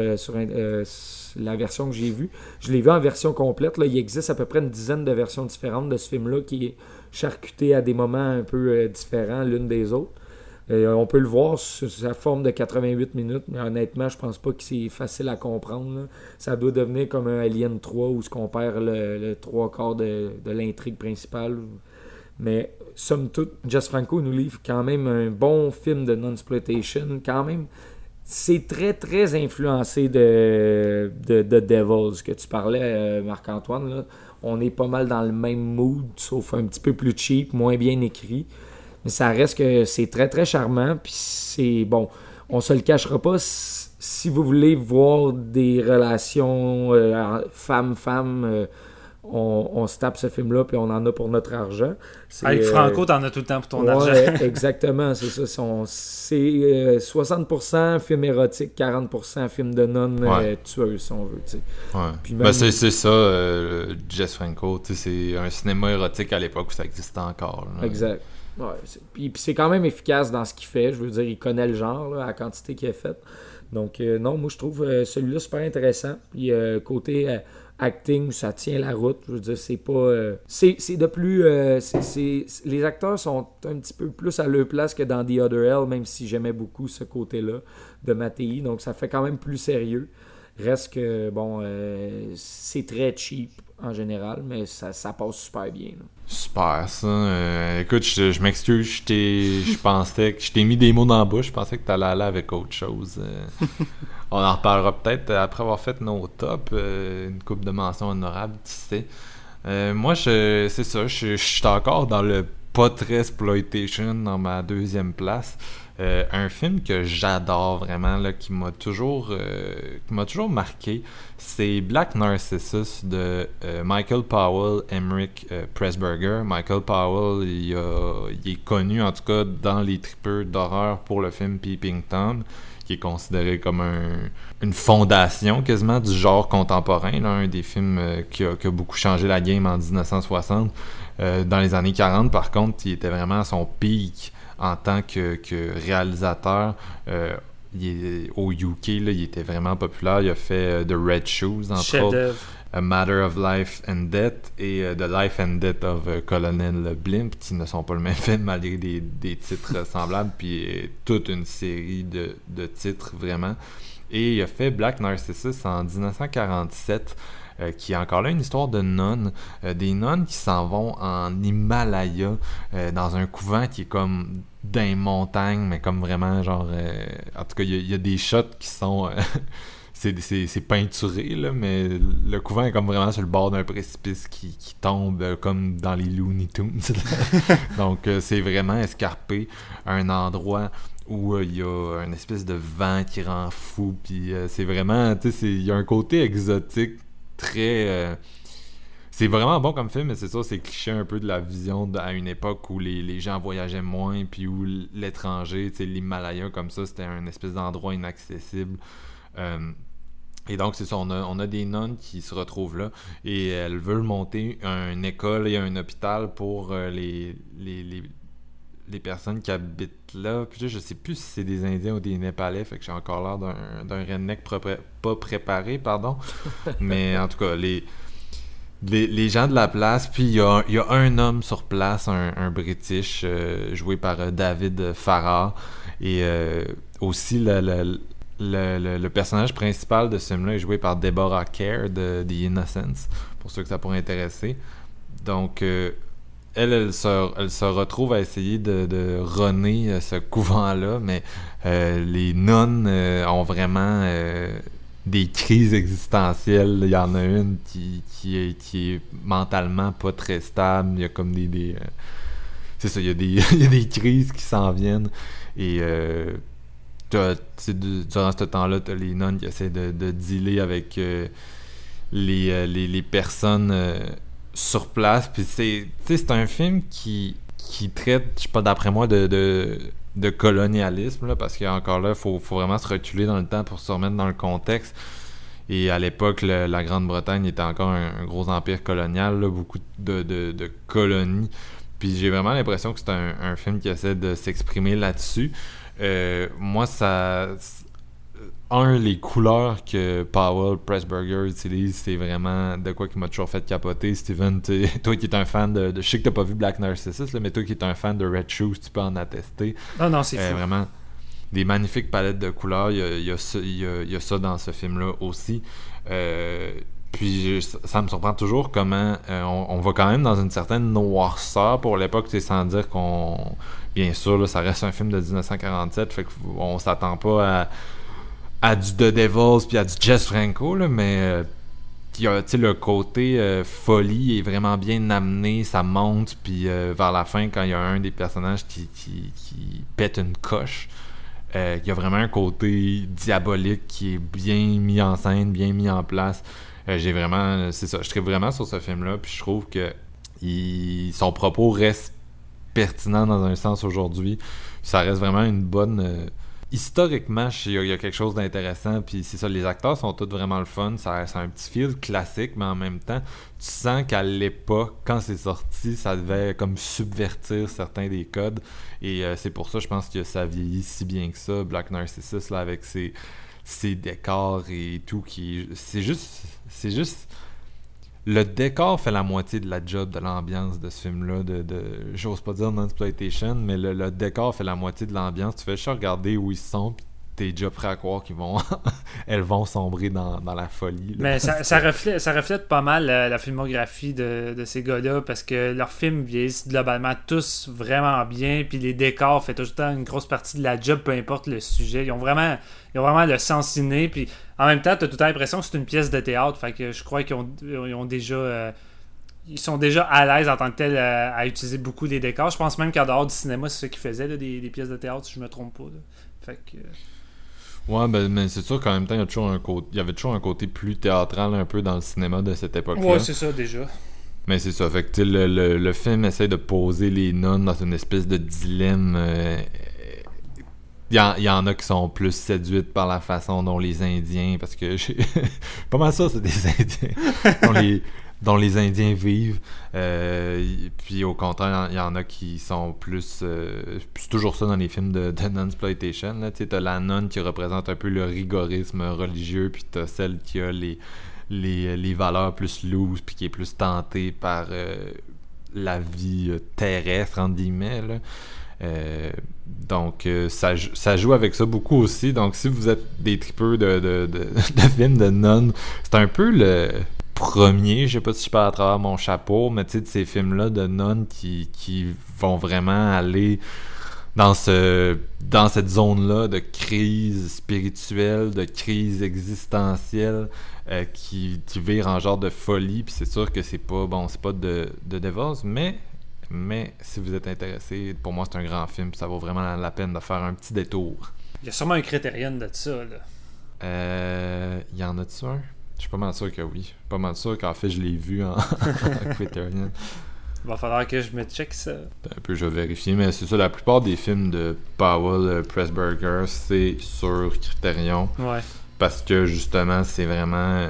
C: la version que j'ai vue. Je l'ai vu en version complète. Là. Il existe à peu près une dizaine de versions différentes de ce film-là qui est charcuté à des moments un peu différents l'une des autres. On peut le voir sur sa forme de 88 minutes, mais honnêtement, je pense pas que c'est facile à comprendre. Là. Ça doit devenir comme un Alien 3 où on perd le 3/4 de l'intrigue principale. Mais somme toute, Jess Franco nous livre quand même un bon film de non-exploitation. Quand même, c'est très, très influencé de Devils que tu parlais, Marc-Antoine. Là. On est pas mal dans le même mood, sauf un petit peu plus cheap, moins bien écrit. Mais ça reste que c'est très, très charmant. Puis c'est bon, on se le cachera pas. Si vous voulez voir des relations femme-femme, on se tape ce film-là, puis on en a pour notre argent.
A: Avec Franco, t'en as tout le temps pour ton argent.
C: Exactement, c'est ça. C'est 60% film érotique, 40% film de nonne tueuse, si on veut. T'sais.
B: Ouais.
C: Puis même...
B: c'est ça, Jess Franco. C'est un cinéma érotique à l'époque où ça existait encore. Là.
C: Exact. Ouais, puis c'est quand même efficace dans ce qu'il fait. Je veux dire, il connaît le genre, là, la quantité qu'il a faite. Donc, non, moi, je trouve celui-là super intéressant. Puis, côté acting, ça tient la route. Je veux dire, c'est pas... c'est de plus... les acteurs sont un petit peu plus à leur place que dans The Other Hell, même si j'aimais beaucoup ce côté-là de Mattei. Donc, ça fait quand même plus sérieux. Reste que, c'est très cheap en général, mais ça passe super bien. Là.
B: Super, ça. Écoute, je m'excuse, je pensais que je t'ai mis des mots dans la bouche, je pensais que t'allais aller avec autre chose. On en reparlera peut-être après avoir fait nos tops, une couple de mentions honorables, tu sais. Moi, c'est ça, je suis encore dans le pas très exploitation dans ma 2e place. Un film que j'adore vraiment, là, qui m'a toujours marqué, c'est Black Narcissus de Michael Powell, Emmerich Pressburger. Michael Powell, il est connu en tout cas dans les tripeurs d'horreur pour le film Peeping Tom, qui est considéré comme une fondation quasiment du genre contemporain, là, un des films qui a beaucoup changé la game en 1960. Dans les années 40, par contre, il était vraiment à son pic en tant que réalisateur, au UK, là, il était vraiment populaire. Il a fait The Red Shoes, entre autres. A Matter of Life and Death et The Life and Death of Colonel Blimp, qui ne sont pas le même film malgré des titres semblables, puis toute une série de titres vraiment. Et il a fait Black Narcissus en 1947, qui est encore là une histoire de nonnes, des nonnes qui s'en vont en Himalaya, dans un couvent qui est comme dans les montagnes, mais comme vraiment genre... en tout cas, il y a des shots qui sont... c'est peinturé, là, mais le couvent est comme vraiment sur le bord d'un précipice qui tombe comme dans les Looney Tunes. Donc, c'est vraiment escarpé à un endroit où il y a une espèce de vent qui rend fou. Puis c'est vraiment, tu sais, il y a un côté exotique très... c'est vraiment bon comme film, mais c'est ça, c'est cliché un peu de la vision à une époque où les gens voyageaient moins, puis où l'étranger, tu sais, l'Himalaya comme ça, c'était un espèce d'endroit inaccessible. Et donc, c'est ça, on a des nonnes qui se retrouvent là et elles veulent monter une école et un hôpital pour les personnes qui habitent là. Puis là, je sais plus si c'est des Indiens ou des Népalais, fait que j'ai encore l'air d'un redneck pas préparé, pardon. Mais en tout cas, les gens de la place, puis il y a un homme sur place, un British, joué par David Farrar, et aussi le personnage principal de ce film-là est joué par Deborah Kerr de The Innocents, pour ceux que ça pourrait intéresser. Donc, elle se retrouve à essayer de runner ce couvent-là, mais les nonnes ont vraiment des crises existentielles. Il y en a une qui est mentalement pas très stable. Il y a comme c'est ça, il y a des crises qui s'en viennent. Et durant ce temps-là, t'as les nonnes qui essaient de dealer avec les personnes sur place. Puis c'est un film qui traite, je sais pas, d'après moi, de colonialisme, là, parce qu'encore là, faut vraiment se reculer dans le temps pour se remettre dans le contexte. Et à l'époque, la Grande-Bretagne était encore un gros empire colonial, là, beaucoup de colonies. Puis j'ai vraiment l'impression que c'est un film qui essaie de s'exprimer là-dessus. Moi, les couleurs que Powell Pressburger utilise, c'est vraiment de quoi qui m'a toujours fait capoter. Steven, toi qui es un fan de... Je sais que t'as pas vu Black Narcissus, là, mais toi qui es un fan de Red Shoes, tu peux en attester.
A: Non, c'est fou.
B: Vraiment, des magnifiques palettes de couleurs. Il y a ça dans ce film-là aussi. Puis ça me surprend toujours comment on va quand même dans une certaine noirceur pour l'époque, sans dire qu'on... Bien sûr, là, ça reste un film de 1947, fait qu'on s'attend pas à du The Devils puis à du Jess Franco, là, mais le côté folie est vraiment bien amené, ça monte, puis vers la fin, quand il y a un des personnages qui pète une coche, il y a vraiment un côté diabolique qui est bien mis en scène, bien mis en place. C'est ça, je tripe vraiment sur ce film-là, puis je trouve que son propos reste pertinent dans un sens aujourd'hui. Ça reste vraiment une bonne... historiquement, il y a quelque chose d'intéressant, puis c'est ça, les acteurs sont tous vraiment le fun, c'est un petit feel classique, mais en même temps, tu sens qu'à l'époque, quand c'est sorti, ça devait comme subvertir certains des codes, et c'est pour ça, je pense que ça vieillit si bien que ça, Black Narcissus, là, avec ses décors et tout, c'est juste... Le décor fait la moitié de la job de l'ambiance de ce film-là, j'ose pas dire non-exploitation, mais le décor fait la moitié de l'ambiance. Tu fais juste regarder où ils sont, puis t'es déjà prêt à croire elles vont sombrer dans la folie. Là.
A: Mais ça reflète pas mal la filmographie de ces gars-là, parce que leurs films vieillissent globalement tous vraiment bien, puis les décors font tout le temps une grosse partie de la job, peu importe le sujet. Ils ont vraiment le sens inné, puis en même temps, t'as tout le temps l'impression que c'est une pièce de théâtre, fait que je crois qu'ils ont déjà... ils sont déjà à l'aise en tant que tel à utiliser beaucoup les décors. Je pense même qu'en dehors du cinéma, c'est ce qu'ils faisaient, là, des pièces de théâtre, si je me trompe pas. Là. Fait que...
B: Ouais, mais c'est sûr qu'en même temps, il y avait toujours un côté plus théâtral un peu dans le cinéma de cette époque-là.
A: Ouais, c'est ça, déjà.
B: Mais c'est ça, fait que le film essaie de poser les nonnes dans une espèce de dilemme il y en a qui sont plus séduites par la façon dont les Indiens, parce que j'ai pas mal ça, c'est des Indiens dont les Indiens vivent. Puis au contraire, il y en a qui sont plus... c'est toujours ça dans les films de nunsploitation. Tu sais, t'as la nonne qui représente un peu le rigorisme religieux, puis t'as celle qui a les valeurs plus loose, puis qui est plus tentée par la vie terrestre, entre guillemets, là. Donc ça joue avec ça beaucoup aussi. Donc si vous êtes des tripeux de films de nonnes, c'est un peu le premier, je sais pas si je parle à travers mon chapeau, mais tu sais, de ces films-là de nonnes qui vont vraiment aller dans cette zone-là de crise spirituelle, de crise existentielle, qui vire en genre de folie. Puis c'est sûr que c'est pas de Devils, mais si vous êtes intéressé, pour moi c'est un grand film, puis ça vaut vraiment la peine de faire un petit détour.
A: Il y a sûrement un Criterion de ça, là.
B: Y en a-tu un? Je suis pas mal sûr que oui. Pas mal sûr qu'en fait je l'ai vu en Criterion.
A: Il va falloir que je me check ça.
B: Un peu, je vais vérifier, mais c'est ça, la plupart des films de Powell Pressburger, c'est sur Criterion.
A: Ouais.
B: Parce que justement, c'est vraiment...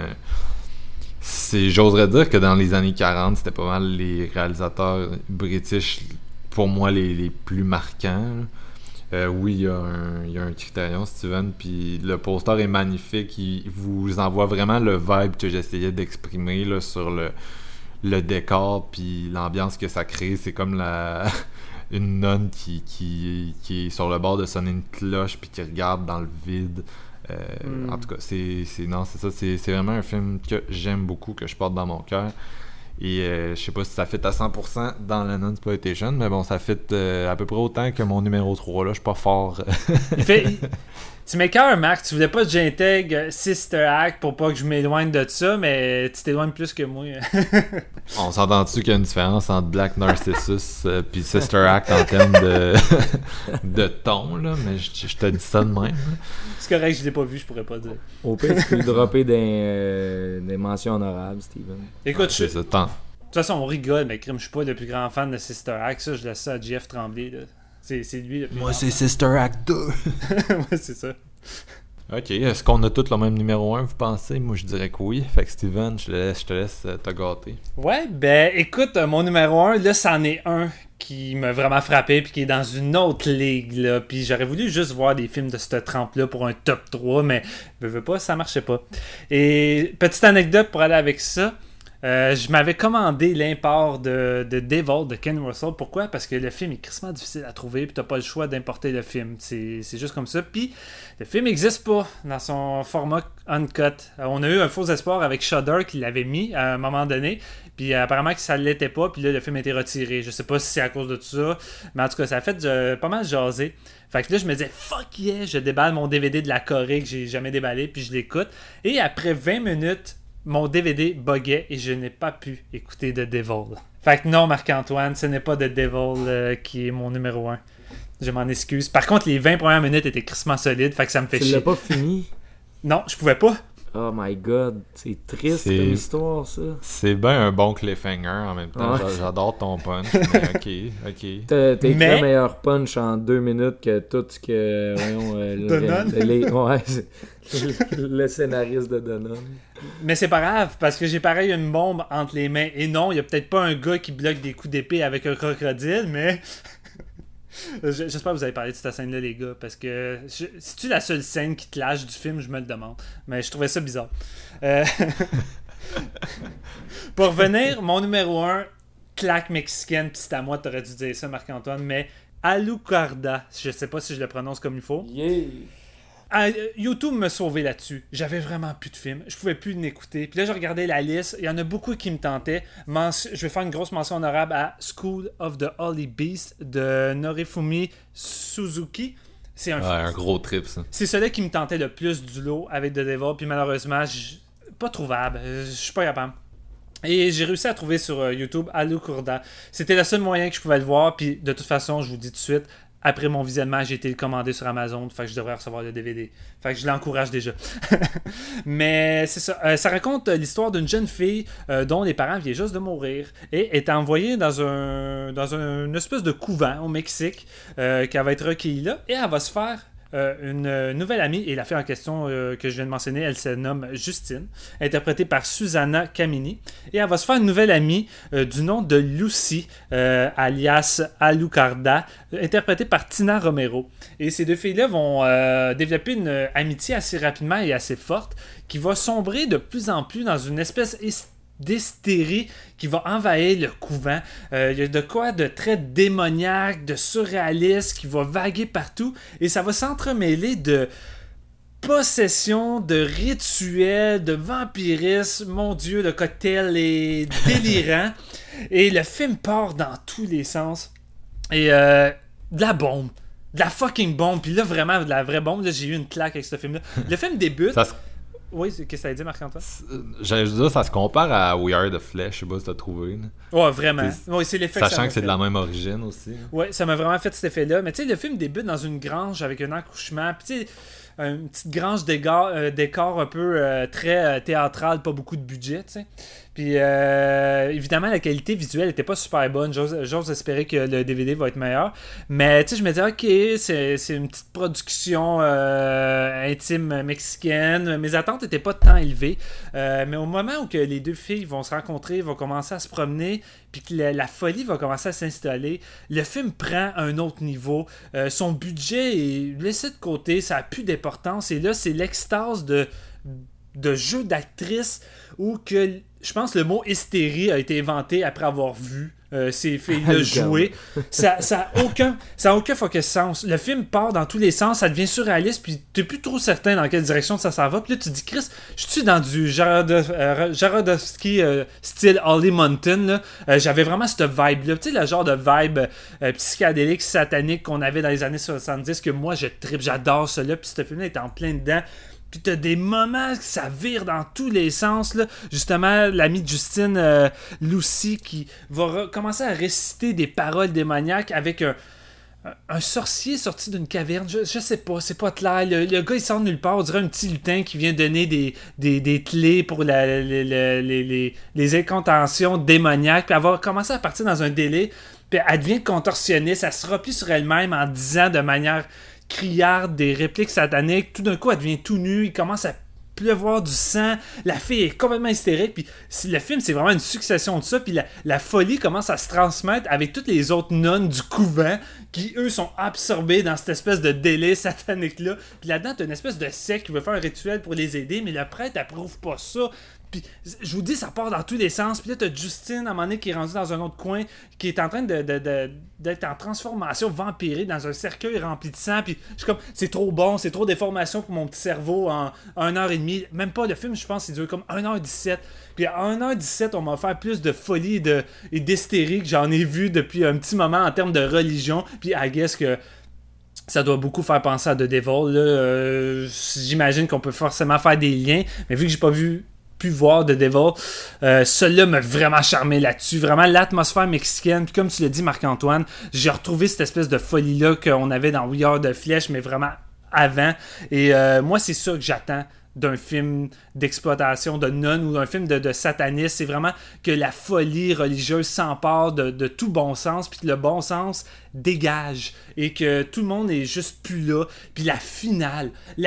B: j'oserais dire que dans les années 40, c'était pas mal les réalisateurs british, pour moi, les plus marquants. Oui, il y a un Criterion, Steven, puis le poster est magnifique. Il vous envoie vraiment le vibe que j'essayais d'exprimer là, sur le décor, puis l'ambiance que ça crée. C'est comme une nonne qui est sur le bord de sonner une cloche, puis qui regarde dans le vide. En tout cas, c'est ça. C'est vraiment un film que j'aime beaucoup, que je porte dans mon cœur. Et je sais pas si ça fit à 100% dans la nunsploitation, mais bon, ça fit à peu près autant que mon numéro 3 là. Je suis pas fort.
A: Tu m'écoeures, Marc. Tu voulais pas que j'intègre Sister Act pour pas que je m'éloigne de ça, mais tu t'éloignes plus que moi.
B: On s'entend-tu qu'il y a une différence entre Black Narcissus puis Sister Act en termes de ton, là, mais je te dis ça de même. Là.
A: C'est correct, je l'ai pas vu, je pourrais pas dire.
C: Au pire, tu peux le dropper des mentions honorables, Steven.
A: Écoute,
B: c'est ça, tant.
A: De toute façon, on rigole, mais crime, je suis pas le plus grand fan de Sister Act. Ça, je laisse ça à Jeff Tremblay. Là. C'est lui le plus
B: Moi,
A: grand
B: c'est
A: fan.
B: Sister Act 2.
A: Ouais, c'est ça.
B: Ok, est-ce qu'on a tous le même numéro 1, vous pensez? Moi, je dirais que oui. Fait que Steven, je te laisse te gâter.
A: Ouais, ben écoute, mon numéro 1, là, c'en est un qui m'a vraiment frappé puis qui est dans une autre ligue, là. Puis j'aurais voulu juste voir des films de cette trempe-là pour un top 3, mais je veux pas, ça marchait pas. Et petite anecdote pour aller avec ça. Je m'avais commandé l'import de Devil de Ken Russell. Pourquoi? Parce que le film est crissement difficile à trouver puis t'as pas le choix d'importer le film. C'est juste comme ça. Puis le film n'existe pas dans son format uncut. On a eu un faux espoir avec Shudder qui l'avait mis à un moment donné. Puis apparemment que ça ne l'était pas. Puis là, le film a été retiré. Je sais pas si c'est à cause de tout ça. Mais en tout cas, ça a fait pas mal jaser. Fait que là, je me disais, fuck yeah, je déballe mon DVD de la Corée que j'ai jamais déballé. Puis je l'écoute. Et après 20 minutes, mon DVD buguait et je n'ai pas pu écouter The Devil. Fait que non, Marc-Antoine, ce n'est pas The Devil qui est mon numéro 1. Je m'en excuse. Par contre, les 20 premières minutes étaient crissement solides, fait que ça me fait chier.
C: Tu l'as pas fini?
A: Non, je pouvais pas.
C: Oh my god, c'est triste comme histoire, ça.
B: C'est bien un bon cliffhanger en même temps. Ouais. J'adore ton punch, mais ok.
C: T'as écrit le meilleur punch en 2 minutes que tout ce que... le scénariste de Donon.
A: Mais c'est pas grave, parce que j'ai pareil une bombe entre les mains. Et non, il y a peut-être pas un gars qui bloque des coups d'épée avec un crocodile, mais... J'espère que vous avez parlé de cette scène-là, les gars, parce que c'est-tu la seule scène qui te lâche du film, je me le demande. Mais je trouvais ça bizarre. Pour revenir, mon numéro 1, claque mexicaine, pis c'est à moi, t'aurais dû dire ça, Marc-Antoine, mais Alucarda, je sais pas si je le prononce comme il faut.
C: Yeah.
A: YouTube me sauvait là-dessus. J'avais vraiment plus de films. Je pouvais plus l'écouter. Puis là, je regardais la liste. Il y en a beaucoup qui me tentaient. Je vais faire une grosse mention honorable à School of the Holy Beast de Norifumi Suzuki. C'est
B: un gros trip, ça.
A: C'est celui qui me tentait le plus du lot avec The Devil. Puis malheureusement, pas trouvable. Je suis pas capable. Et j'ai réussi à trouver sur YouTube Alucarda. C'était le seul moyen que je pouvais le voir. Puis de toute façon, je vous dis tout de suite, après mon visionnement, j'ai été le commandé sur Amazon, fait que je devrais recevoir le DVD. Fait que je l'encourage déjà. Mais c'est ça. Ça raconte l'histoire d'une jeune fille dont les parents viennent juste de mourir et est envoyée dans une espèce de couvent au Mexique qu'elle va être recueillie là et elle va se faire une nouvelle amie, et la fille en question que je viens de mentionner, elle se nomme Justine, interprétée par Susanna Camini, et elle va se faire une nouvelle amie du nom de Lucy, alias Alucarda, interprétée par Tina Romero. Et ces deux filles-là vont développer une amitié assez rapidement et assez forte, qui va sombrer de plus en plus dans une espèce d'hystérie qui va envahir le couvent. Il y a de quoi de très démoniaque, de surréaliste qui va vaguer partout, et ça va s'entremêler de possession, de rituels, de vampirisme. Mon Dieu, le cocktail est délirant. Et le film part dans tous les sens. Et de la bombe. De la fucking bombe. Puis là, vraiment, de la vraie bombe. Là, j'ai eu une claque avec ce film-là. Le film débute... Oui, qu'est-ce que ça a dit, Marc-Antoine?
B: J'allais dire, ça se compare à We Are the Flesh, je sais pas si t'as trouvé.
A: Ouais, vraiment. Ouais, c'est l'effet
B: Sachant
A: que
B: que c'est de la même origine aussi.
A: Ouais, ça m'a vraiment fait cet effet-là. Mais tu sais, le film débute dans une grange avec un accouchement. Puis tu sais, une petite grange décor un peu très théâtral, pas beaucoup de budget, tu sais. Puis évidemment, la qualité visuelle était pas super bonne. J'ose espérer que le DVD va être meilleur. Mais tu sais, je me disais, ok, c'est une petite production intime mexicaine. Mes attentes étaient pas tant élevées. Mais au moment où que les deux filles vont se rencontrer, vont commencer à se promener, puis que la folie va commencer à s'installer, le film prend un autre niveau. Son budget est laissé de côté, ça a plus d'importance. Et là, c'est l'extase de jeu d'actrice où que je pense que le mot hystérie a été inventé après avoir vu ces filles-là jouer. Ça a aucun fucking sens. Le film part dans tous les sens, ça devient surréaliste, puis t'es plus trop certain dans quelle direction ça s'en va. Puis là, tu te dis, Chris, je suis dans du Jarodowski style Holly Mountain. J'avais vraiment cette vibe-là. Tu sais, le genre de vibe psychédélique, satanique qu'on avait dans les années 70, que moi, je tripe, j'adore cela. Puis ce film-là est en plein dedans. Puis t'as des moments que ça vire dans tous les sens, là. Justement, l'amie de Justine, Lucy, qui va commencer à réciter des paroles démoniaques avec un sorcier sorti d'une caverne. Je sais pas, c'est pas clair. Le gars, il sort de nulle part. On dirait un petit lutin qui vient donner des clés pour les incantations démoniaques. Puis elle va commencer à partir dans un délai. Puis elle devient contorsionniste. Elle se replie sur elle-même en disant de manière criarde des répliques sataniques. Tout d'un coup, elle devient tout nue. Il commence à pleuvoir du sang. La fille est complètement hystérique. Puis le film, c'est vraiment une succession de ça. Puis la folie commence à se transmettre avec toutes les autres nonnes du couvent qui, eux, sont absorbés dans cette espèce de délai satanique-là. Puis là-dedans, t'as une espèce de secte qui veut faire un rituel pour les aider, mais le prêtre approuve pas ça. Puis je vous dis, ça part dans tous les sens. Puis là, t'as Justine, à un moment donné, qui est rendue dans un autre coin, qui est en train d'être en transformation vampirée dans un cercueil rempli de sang. Puis je suis comme, c'est trop bon, c'est trop d'informations pour mon petit cerveau en 1h30. Même pas, le film, je pense, il dure comme 1h17. Puis à 1h17, on m'a offert plus de folie et d'hystérie que j'en ai vu depuis un petit moment en termes de religion. Puis I guess que ça doit beaucoup faire penser à The Devil. Là. J'imagine qu'on peut forcément faire des liens. Mais vu que j'ai pas pu voir The Devil, celui-là m'a vraiment charmé là-dessus. Vraiment l'atmosphère mexicaine. Puis comme tu l'as dit, Marc-Antoine, j'ai retrouvé cette espèce de folie-là qu'on avait dans We Are the Flesh, mais vraiment avant. Et moi, c'est ça que j'attends d'un film d'exploitation de nonnes ou d'un film de satanisme. C'est vraiment que la folie religieuse s'empare de tout bon sens, puis que le bon sens dégage et que tout le monde est juste plus là. Puis la finale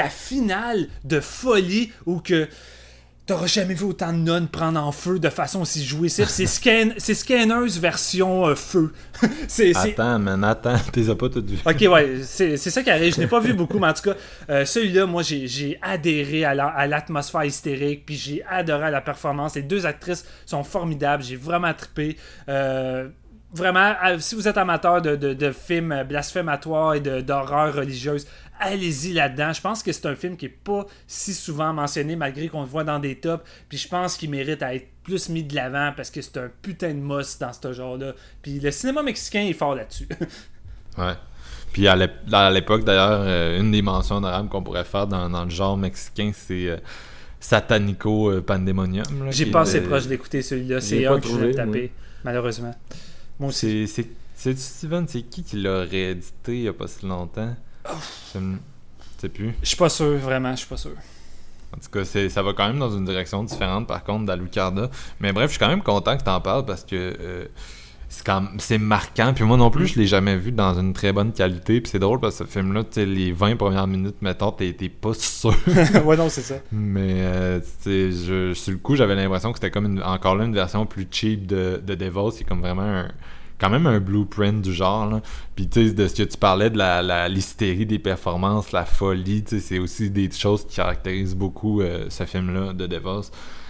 A: de folie où que t'auras jamais vu autant de nonnes prendre en feu de façon aussi jouissive. C'est Scanner's version feu.
B: Attends, t'es as pas tout vu.
A: Ok, ouais, c'est ça qui arrive. Je n'ai pas vu beaucoup, mais en tout cas, celui-là, moi, j'ai adhéré à l'atmosphère hystérique, puis j'ai adoré la performance. Les deux actrices sont formidables. J'ai vraiment trippé. Vraiment, si vous êtes amateur de films blasphématoires et d'horreur religieuse, allez-y là-dedans. Je pense que c'est un film qui n'est pas si souvent mentionné malgré qu'on le voit dans des tops. Puis je pense qu'il mérite à être plus mis de l'avant parce que c'est un putain de must dans ce genre-là. Puis le cinéma mexicain est fort là-dessus.
B: Ouais. Puis à l'époque, d'ailleurs, une des mentions d'arabe qu'on pourrait faire dans le genre mexicain, c'est Satanico Pandemonium.
A: J'ai pas assez proche d'écouter celui-là. C'est un que je voulais taper, malheureusement.
B: Moi aussi. C'est Steven, c'est qui l'a réédité il y a pas si longtemps? Je sais plus.
A: Je suis pas sûr, vraiment, je suis pas sûr.
B: En tout cas, ça va quand même dans une direction différente, par contre, d'Alucarda. Mais bref, je suis quand même content que t'en parles parce que c'est marquant. Puis moi non plus, je l'ai jamais vu dans une très bonne qualité. Puis c'est drôle parce que ce film-là, tu sais, les 20 premières minutes, mettons, t'es pas sûr.
A: Ouais, non, c'est ça.
B: Mais sur le coup, j'avais l'impression que c'était comme encore là une version plus cheap de Devils. C'est comme vraiment quand même un blueprint du genre, là. Puis tu sais, de ce que tu parlais de l'hystérie des performances, la folie, tu sais, c'est aussi des choses qui caractérisent beaucoup ce film-là de Devils.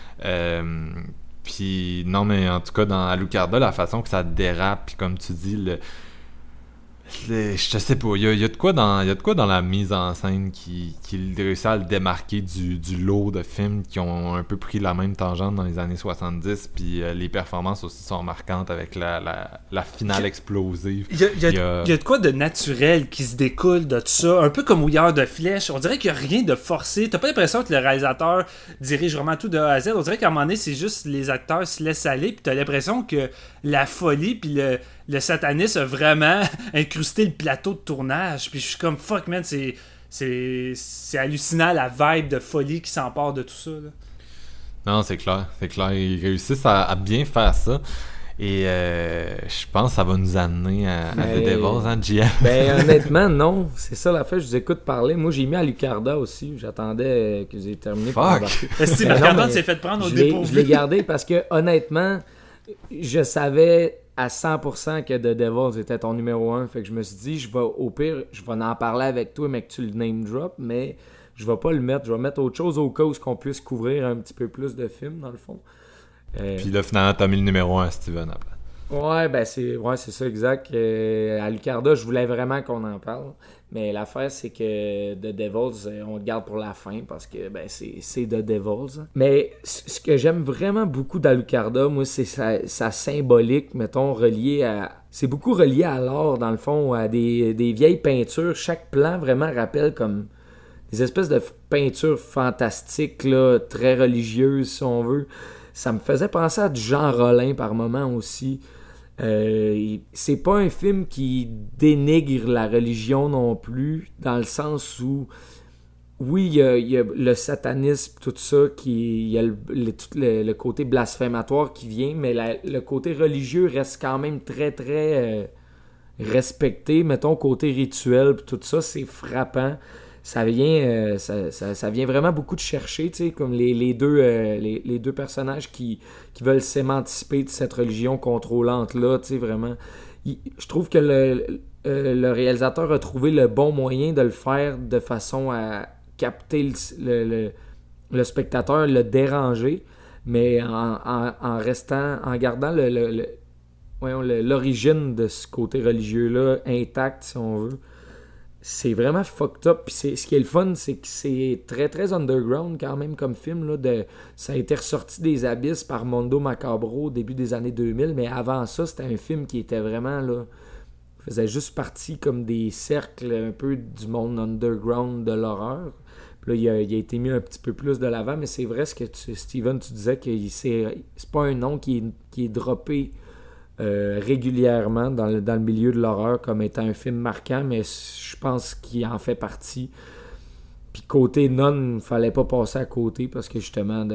B: Puis non, mais en tout cas, dans Alucarda, la façon que ça dérape, puis comme tu dis, je sais pas, il y a de quoi dans la mise en scène qui réussit à le démarquer du lot de films qui ont un peu pris la même tangente dans les années 70, puis les performances aussi sont marquantes avec la finale explosive.
A: Il y a de quoi de naturel qui se découle de tout ça, un peu comme Houillard de Flèche. On dirait qu'il n'y a rien de forcé. T'as pas l'impression que le réalisateur dirige vraiment tout de A à Z. On dirait qu'à un moment donné, c'est juste les acteurs se laissent aller, puis t'as l'impression que la folie puis le satanisme a vraiment incrusté le plateau de tournage. Puis je suis comme fuck man, c'est hallucinant la vibe de folie qui s'empare de tout ça, là.
B: Non, c'est clair. Ils réussissent à bien faire ça. Et je pense que ça va nous amener à The Devils, hein, JM?
C: Ben honnêtement, non. C'est ça la fait. Je vous écoute parler. Moi, j'ai mis Alucarda aussi. J'attendais que vous ayez terminé.
B: Fuck!
A: Est-ce que Alucarda s'est fait prendre au dépourvu?
C: Je l'ai gardé parce que honnêtement, je savais à 100% que The Devils était ton numéro 1. Fait que je me suis dit, au pire, je vais en parler avec toi, mais que tu le name drop, mais je vais pas le mettre. Je vais mettre autre chose au cas où qu'on puisse couvrir un petit peu plus de films, dans le fond.
B: Puis là, finalement, t'as mis le numéro 1 à Steven après.
C: Ouais, ben c'est ça, exact. À Lucarda, je voulais vraiment qu'on en parle. Mais l'affaire, c'est que The Devils, on le garde pour la fin parce que ben c'est The Devils. Mais ce que j'aime vraiment beaucoup d'Alucarda, moi, c'est sa symbolique, mettons, reliée à... C'est beaucoup relié à l'art, dans le fond, à des vieilles peintures. Chaque plan vraiment rappelle comme des espèces de peintures fantastiques, là, très religieuses, si on veut. Ça me faisait penser à du Jean Rollin par moment aussi. C'est pas un film qui dénigre la religion non plus, dans le sens où, oui, il y a le satanisme, tout ça, il y a tout le côté blasphématoire qui vient, mais le côté religieux reste quand même très, très respecté. Mettons, côté rituel, tout ça, c'est frappant. Ça vient vraiment beaucoup de chercher, tu sais, comme les deux personnages qui veulent s'émanciper de cette religion contrôlante-là, tu sais, vraiment. Je trouve que le réalisateur a trouvé le bon moyen de le faire de façon à capter le spectateur, le déranger, mais en gardant l'origine de ce côté religieux-là intact, si on veut. C'est vraiment fucked up. Puis ce qui est le fun, c'est que c'est très très underground quand même comme film. Là, ça a été ressorti des abysses par Mondo Macabro au début des années 2000, mais avant ça, c'était un film qui était vraiment là, faisait juste partie comme des cercles un peu du monde underground de l'horreur. Puis là, il a été mis un petit peu plus de l'avant, mais c'est vrai ce que Steven, tu disais que c'est pas un nom qui est droppé régulièrement dans le milieu de l'horreur comme étant un film marquant, mais je pense qu'il en fait partie. Puis côté Nun, il fallait pas passer à côté parce que justement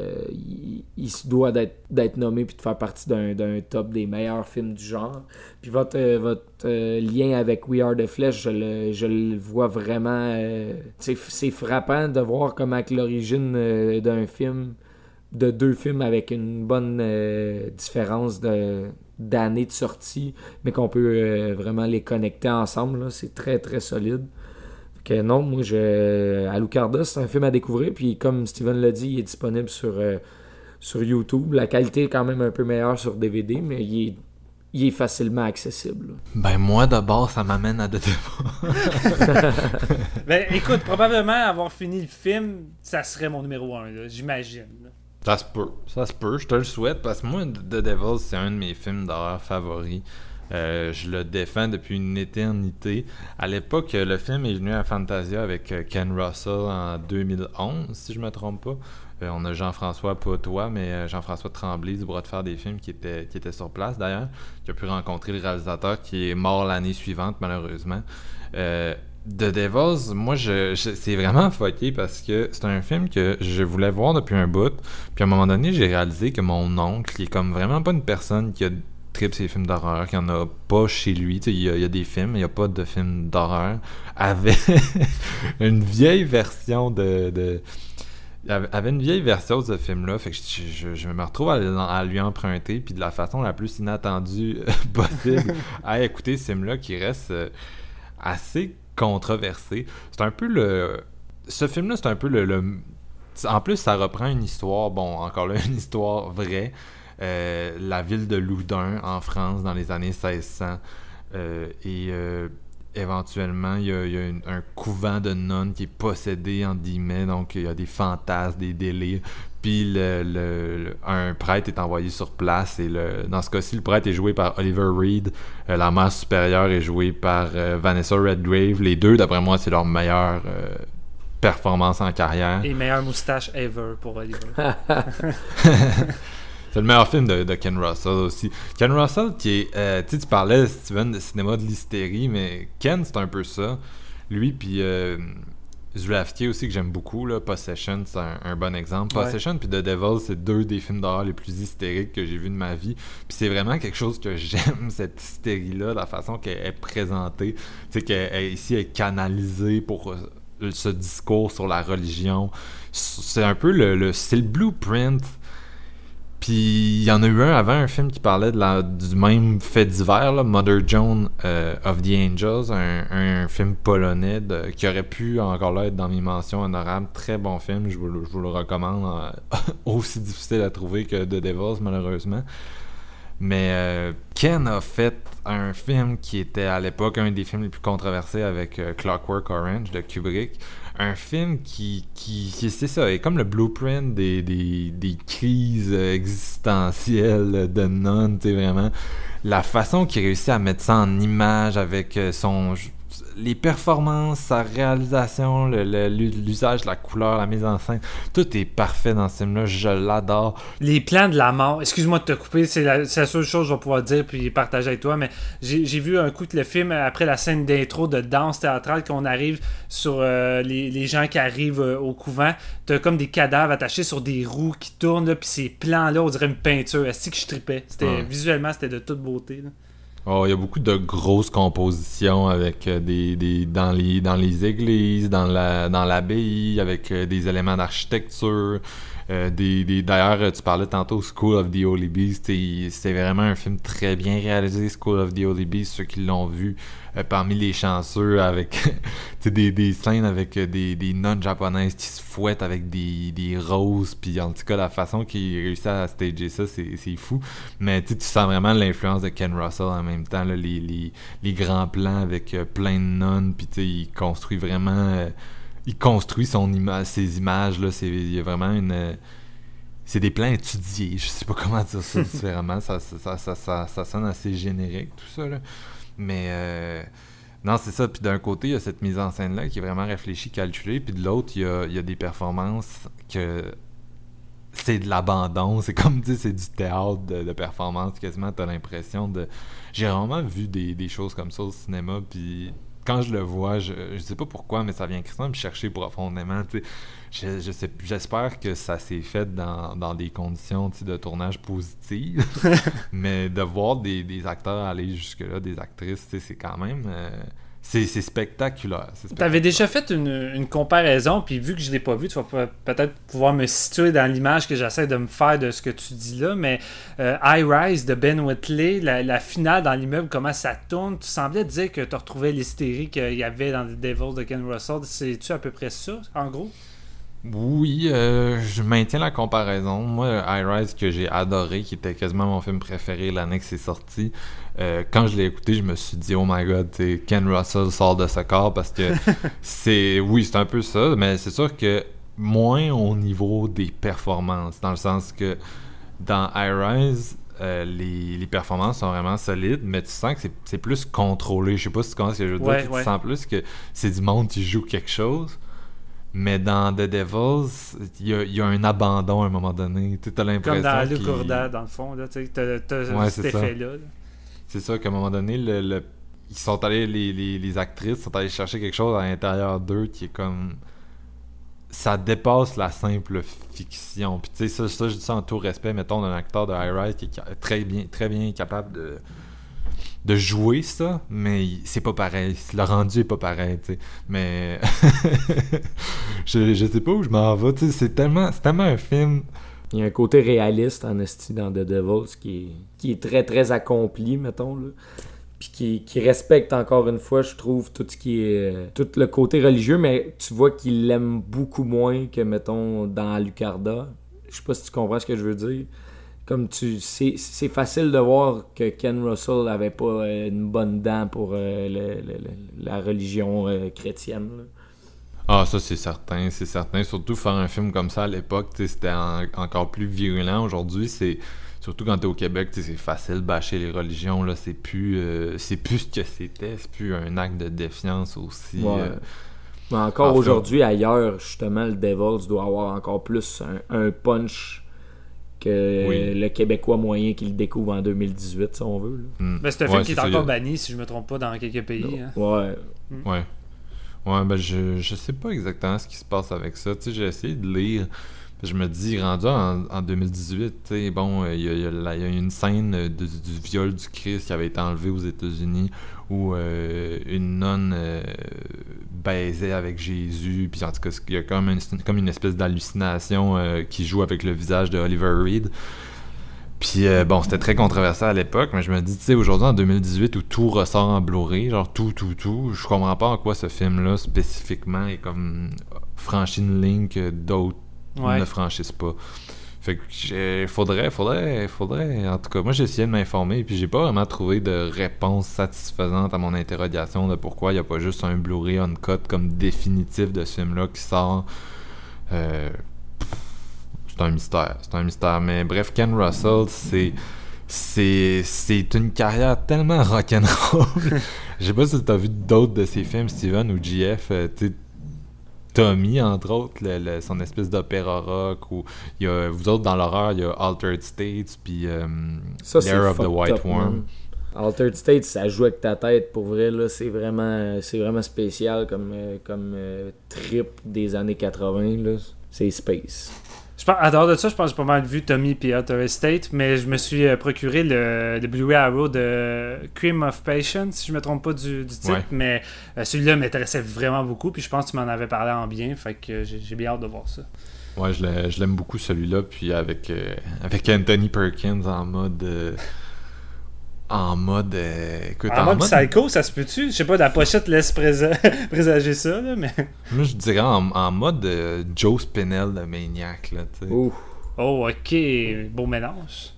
C: il se doit d'être nommé puis de faire partie d'un top des meilleurs films du genre. Puis votre lien avec We Are the Flesh, je le vois vraiment, c'est frappant de voir comment avec l'origine d'un film, de deux films avec une bonne différence d'années de sortie, mais qu'on peut vraiment les connecter ensemble, là. C'est très très solide. Que non, moi Alucarda, c'est un film à découvrir, puis comme Steven l'a dit, il est disponible sur YouTube. La qualité est quand même un peu meilleure sur DVD, mais il est facilement accessible, là.
B: Ben moi d'abord, ça m'amène à The Devils.
A: Ben écoute, probablement avoir fini le film, ça serait mon numéro 1, là, j'imagine, là.
B: Ça se peut, je te le souhaite, parce que moi, The Devils, c'est un de mes films d'horreur favoris. Je le défends depuis une éternité. À l'époque, le film est venu à Fantasia avec Ken Russell en 2011, si je me trompe pas. On a Jean-François, pas toi, mais Jean-François Tremblay du Bras de fer des films qui était sur place d'ailleurs, qui a pu rencontrer le réalisateur qui est mort l'année suivante malheureusement. The Devils, moi, c'est vraiment fucké parce que c'est un film que je voulais voir depuis un bout. Puis à un moment donné, j'ai réalisé que mon oncle, qui est comme vraiment pas une personne qui a tripe ces films d'horreur, qu'il n'y en a pas chez lui. Il y a des films, mais il n'y a pas de films d'horreur. Avait une vieille version avait une vieille version de ce film-là, fait que je me retrouve à lui emprunter, puis de la façon la plus inattendue possible, à écouter ce film-là qui reste assez controversé. C'est un peu ce film-là, c'est un peu en plus, ça reprend une histoire, bon, encore là, une histoire vraie, la ville de Loudun, en France, dans les années 1600, éventuellement, il y a un couvent de nonnes qui est possédé, entre guillemets, donc il y a des fantasmes, des délires, puis un prêtre est envoyé sur place, et dans ce cas-ci, le prêtre est joué par Oliver Reed, la mère supérieure est jouée par Vanessa Redgrave. Les deux, d'après moi, c'est leur meilleure performance en carrière. Et
A: meilleure moustache ever pour Oliver.
B: C'est le meilleur film de Ken Russell aussi. Ken Russell qui est... tu parlais, Steven, de cinéma de l'hystérie, mais Ken, c'est un peu ça. Lui, puis Zulawski aussi, que j'aime beaucoup. Là, Possession, c'est un bon exemple. Possession puis The Devil, c'est deux des films d'horreur les plus hystériques que j'ai vus de ma vie. Puis c'est vraiment quelque chose que j'aime, cette hystérie-là, la façon qu'elle est présentée. Tu sais, qu'elle ici est canalisée pour ce discours sur la religion. C'est un peu c'est le blueprint. Puis il y en a eu un avant, un film qui parlait du même fait divers, là, Mother Joan of the Angels, un film polonais qui aurait pu encore là être dans mes mentions honorables. Très bon film, je vous le recommande. Aussi difficile à trouver que The Devils, malheureusement. Mais Ken a fait un film qui était à l'époque un des films les plus controversés avec Clockwork Orange de Kubrick. Un film qui c'est ça, est comme le blueprint des crises existentielles de nonnes, tu sais, vraiment. La façon qu'il réussit à mettre ça en image avec les performances, sa réalisation, l'usage de la couleur, la mise en scène, tout est parfait dans ce film-là, je l'adore.
A: Les plans de la mort, excuse-moi de te couper, c'est la seule chose que je vais pouvoir dire puis partager avec toi, mais j'ai vu un coup que le film, après la scène d'intro de danse théâtrale, qu'on arrive sur les gens qui arrivent au couvent, t'as comme des cadavres attachés sur des roues qui tournent, là, puis ces plans-là, on dirait une peinture, est-ce que je tripais? Visuellement, c'était de toute beauté, là.
B: Oh, il y a beaucoup de grosses compositions avec dans les églises, dans l'abbaye, avec des éléments d'architecture. D'ailleurs, tu parlais tantôt School of the Holy Beast. C'est vraiment un film très bien réalisé, School of the Holy Beast, ceux qui l'ont vu. Parmi les chanceux, avec des scènes avec des nonnes japonaises qui se fouettent avec des roses, puis en tout cas la façon qu'il réussit à stager ça, c'est fou. Mais tu sens vraiment l'influence de Ken Russell en même temps, là, les grands plans avec plein de nonnes, puis il construit vraiment il construit ses images là. Il y a vraiment c'est des plans étudiés, je sais pas comment dire ça différemment. ça sonne assez générique tout ça là. Mais non, c'est ça. Puis d'un côté, il y a cette mise en scène-là qui est vraiment réfléchie, calculée. Puis de l'autre, il y a des performances que c'est de l'abandon. C'est comme, tu sais, c'est du théâtre de performance. Quasiment, t'as l'impression de... J'ai vraiment vu des choses comme ça au cinéma. Puis quand je le vois, je sais pas pourquoi, mais ça vient Christian me chercher profondément. Tu sais, j'espère que ça s'est fait dans des conditions de tournage positives. Mais de voir des acteurs aller jusque-là, des actrices, c'est quand même... c'est spectaculaire.
A: T'avais déjà fait une comparaison, puis vu que je l'ai pas vu, tu vas peut-être pouvoir me situer dans l'image que j'essaie de me faire de ce que tu dis là, mais High Rise de Ben Whitley, la finale dans l'immeuble, comment ça tourne, tu semblais dire que tu retrouvais l'hystérie qu'il y avait dans The Devils de Ken Russell. C'est-tu à peu près ça, en gros?
B: Oui, je maintiens la comparaison. Moi, High Rise, que j'ai adoré, qui était quasiment mon film préféré l'année que c'est sorti, quand je l'ai écouté, je me suis dit, oh my god, Ken Russell sort de ce corps, parce que c'est un peu ça, mais c'est sûr que moins au niveau des performances, dans le sens que dans High Rise, les performances sont vraiment solides, mais tu sens que c'est plus contrôlé. Je sais pas si tu comprends ce que je veux dire. Tu sens plus que c'est du monde qui joue quelque chose. Mais dans The Devils, il y a un abandon à un moment donné. T'as l'impression
A: comme dans Luc Corda, dans le fond. Là, t'as cet effet-là.
B: C'est ça qu'à un moment donné, ils sont allés, les actrices sont allées chercher quelque chose à l'intérieur d'eux qui est comme ça dépasse la simple fiction. Puis tu sais, ça je dis ça en tout respect, mettons, d'un acteur de high rise qui est très bien capable de jouer ça, mais c'est pas pareil. Le rendu est pas pareil, tu sais. Mais je sais pas où je m'en vais, tu sais, c'est tellement un film.
C: Il y a un côté réaliste en esti dans The Devils qui est très très accompli, mettons, là. Puis qui respecte encore une fois, je trouve, tout ce qui est tout le côté religieux, mais tu vois qu'il l'aime beaucoup moins que, mettons, dans Alucarda. Je sais pas si tu comprends ce que je veux dire. Comme c'est facile de voir que Ken Russell avait pas une bonne dent pour la religion chrétienne, là.
B: Ah, ça, c'est certain. Surtout faire un film comme ça à l'époque, c'était encore plus virulent. Aujourd'hui, surtout quand t'es au Québec, c'est facile de bâcher les religions. Là, c'est plus ce que c'était. C'est plus un acte de défiance aussi.
C: Ouais. Mais encore aujourd'hui, ailleurs, justement, le Devils doit avoir encore plus un punch que le Québécois moyen qui le découvre en 2018, si on veut.
A: Ben, c'est un film qui est encore banni, si je me trompe pas, dans quelques pays. Hein.
B: Ouais. Ouais, ben je sais pas exactement ce qui se passe avec ça. Tu sais, j'ai essayé de lire. Je me dis, rendu en 2018, tu sais, bon, il y a une scène du viol du Christ qui avait été enlevé aux États-Unis où une nonne baisait avec Jésus. Puis en tout cas, il y a comme une espèce d'hallucination qui joue avec le visage de Oliver Reed. Puis bon, c'était très controversé à l'époque, mais je me dis, tu sais, aujourd'hui en 2018 où tout ressort en Blu-ray, genre tout, je comprends pas en quoi ce film-là spécifiquement est comme franchi une ligne que d'autres ne franchissent pas. Fait que faudrait, en tout cas, moi j'ai essayé de m'informer, puis j'ai pas vraiment trouvé de réponse satisfaisante à mon interrogation de pourquoi il y a pas juste un Blu-ray uncut comme définitif de ce film-là qui sort. C'est un mystère. Mais bref, Ken Russell, c'est une carrière tellement rock'n'roll. Je sais pas si t'as vu d'autres de ses films, Steven ou JF. Tommy, entre autres, son espèce d'opéra rock, ou il y a, vous autres dans l'horreur, il y a Altered States, puis Lair of the White Worm.
C: Altered States, ça joue avec ta tête, pour vrai, là, c'est vraiment spécial comme trip des années 80, là. C'est space.
A: À dehors de ça, je pense que j'ai pas mal vu Tommy et Altered State, mais je me suis procuré le Blu-ray Arrow de Cream of Patience, si je me trompe pas du titre, mais celui-là m'intéressait vraiment beaucoup, puis je pense que tu m'en avais parlé en bien, fait que j'ai bien hâte de voir ça.
B: Ouais, je l'aime beaucoup celui-là, puis avec Anthony Perkins en mode... En mode
A: psycho, ça se peut-tu? Je sais pas, la pochette laisse présager ça, là, mais...
B: Moi, je dirais en mode Joe Spinell de Maniac, là, tu sais.
A: Oh, ok. Beau mélange.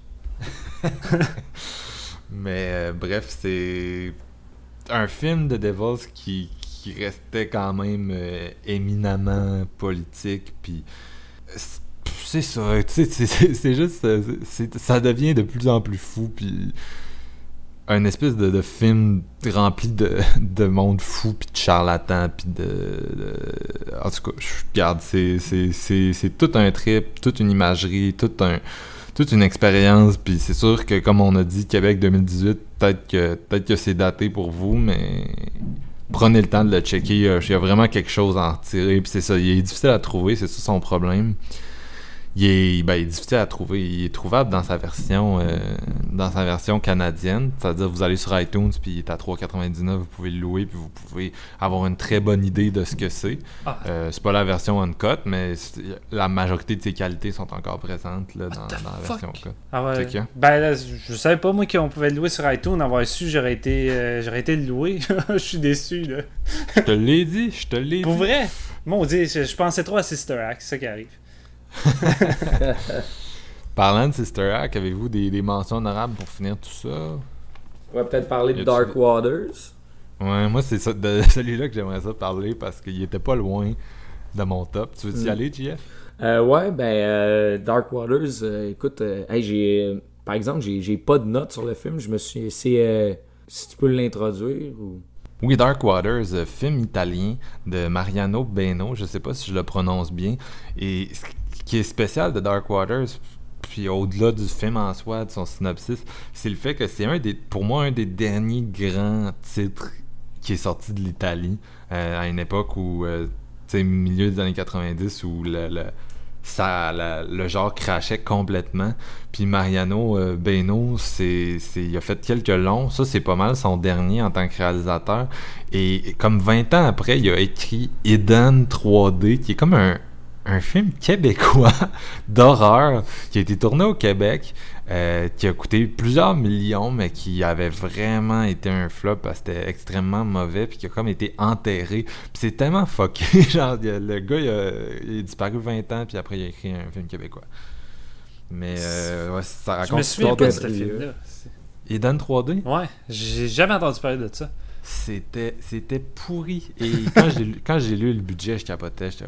B: Mais, bref, c'est un film de Devils qui restait quand même éminemment politique, puis... C'est ça, tu sais, c'est juste... ça devient de plus en plus fou, puis... un espèce de film rempli de monde fou puis de charlatans puis en tout cas, je regarde, c'est tout un trip, toute une imagerie, toute une expérience, puis c'est sûr que comme on a dit Québec 2018, peut-être que c'est daté pour vous, mais prenez le temps de le checker, il y a vraiment quelque chose à en retirer, puis c'est ça, il est difficile à trouver, c'est ça son problème. Il est difficile à trouver. Il est trouvable dans sa version canadienne. C'est-à-dire, vous allez sur iTunes, puis il est à 3,99$, vous pouvez le louer, puis vous pouvez avoir une très bonne idée de ce que c'est. C'est pas la version uncut, mais la majorité de ses qualités sont encore présentes là, dans la version uncut.
A: Ah ouais. Ben là, je savais pas, moi, qu'on pouvait le louer sur iTunes. Avoir su, j'aurais été le louer. Je suis déçu, là.
B: Je te l'ai dit.
A: Pour vrai? Mon Dieu, je pensais trop à Sister Act, c'est ça qui arrive.
B: Parlant de Sister Act, avez-vous des mentions honorables pour finir tout ça?
C: On va peut-être parler de Dark Waters.
B: Ouais, moi c'est ça, de celui-là que j'aimerais ça parler parce qu'il était pas loin de mon top. Tu veux y aller, JF?
C: Dark Waters, écoute, par exemple, j'ai pas de notes sur le film. Je me suis... si tu peux l'introduire ou...
B: Oui, Dark Waters, film italien de Mariano Beno, je sais pas si je le prononce bien. Et ce qui est spécial de Dark Waters, puis au-delà du film en soi, de son synopsis, c'est le fait que c'est pour moi un des derniers grands titres qui est sorti de l'Italie, à une époque où sais, milieu des années 90 où le genre crachait complètement. Puis Mariano Beno, il a fait quelques longs. Ça, c'est pas mal son dernier en tant que réalisateur. Et comme 20 ans après, il a écrit Eden 3D, qui est comme un film québécois d'horreur qui a été tourné au Québec, qui a coûté plusieurs millions, mais qui avait vraiment été un flop parce que c'était extrêmement mauvais, puis qui a comme été enterré. Puis c'est tellement fucké, genre le gars il a disparu 20 ans, puis après il a écrit un film québécois. Mais ouais, ça raconte...
A: Je me souviens pas de ce film-là.
B: Eden 3D?
A: Ouais, j'ai jamais entendu parler de ça.
B: C'était pourri. Et quand j'ai lu le budget, je capotais. J'étais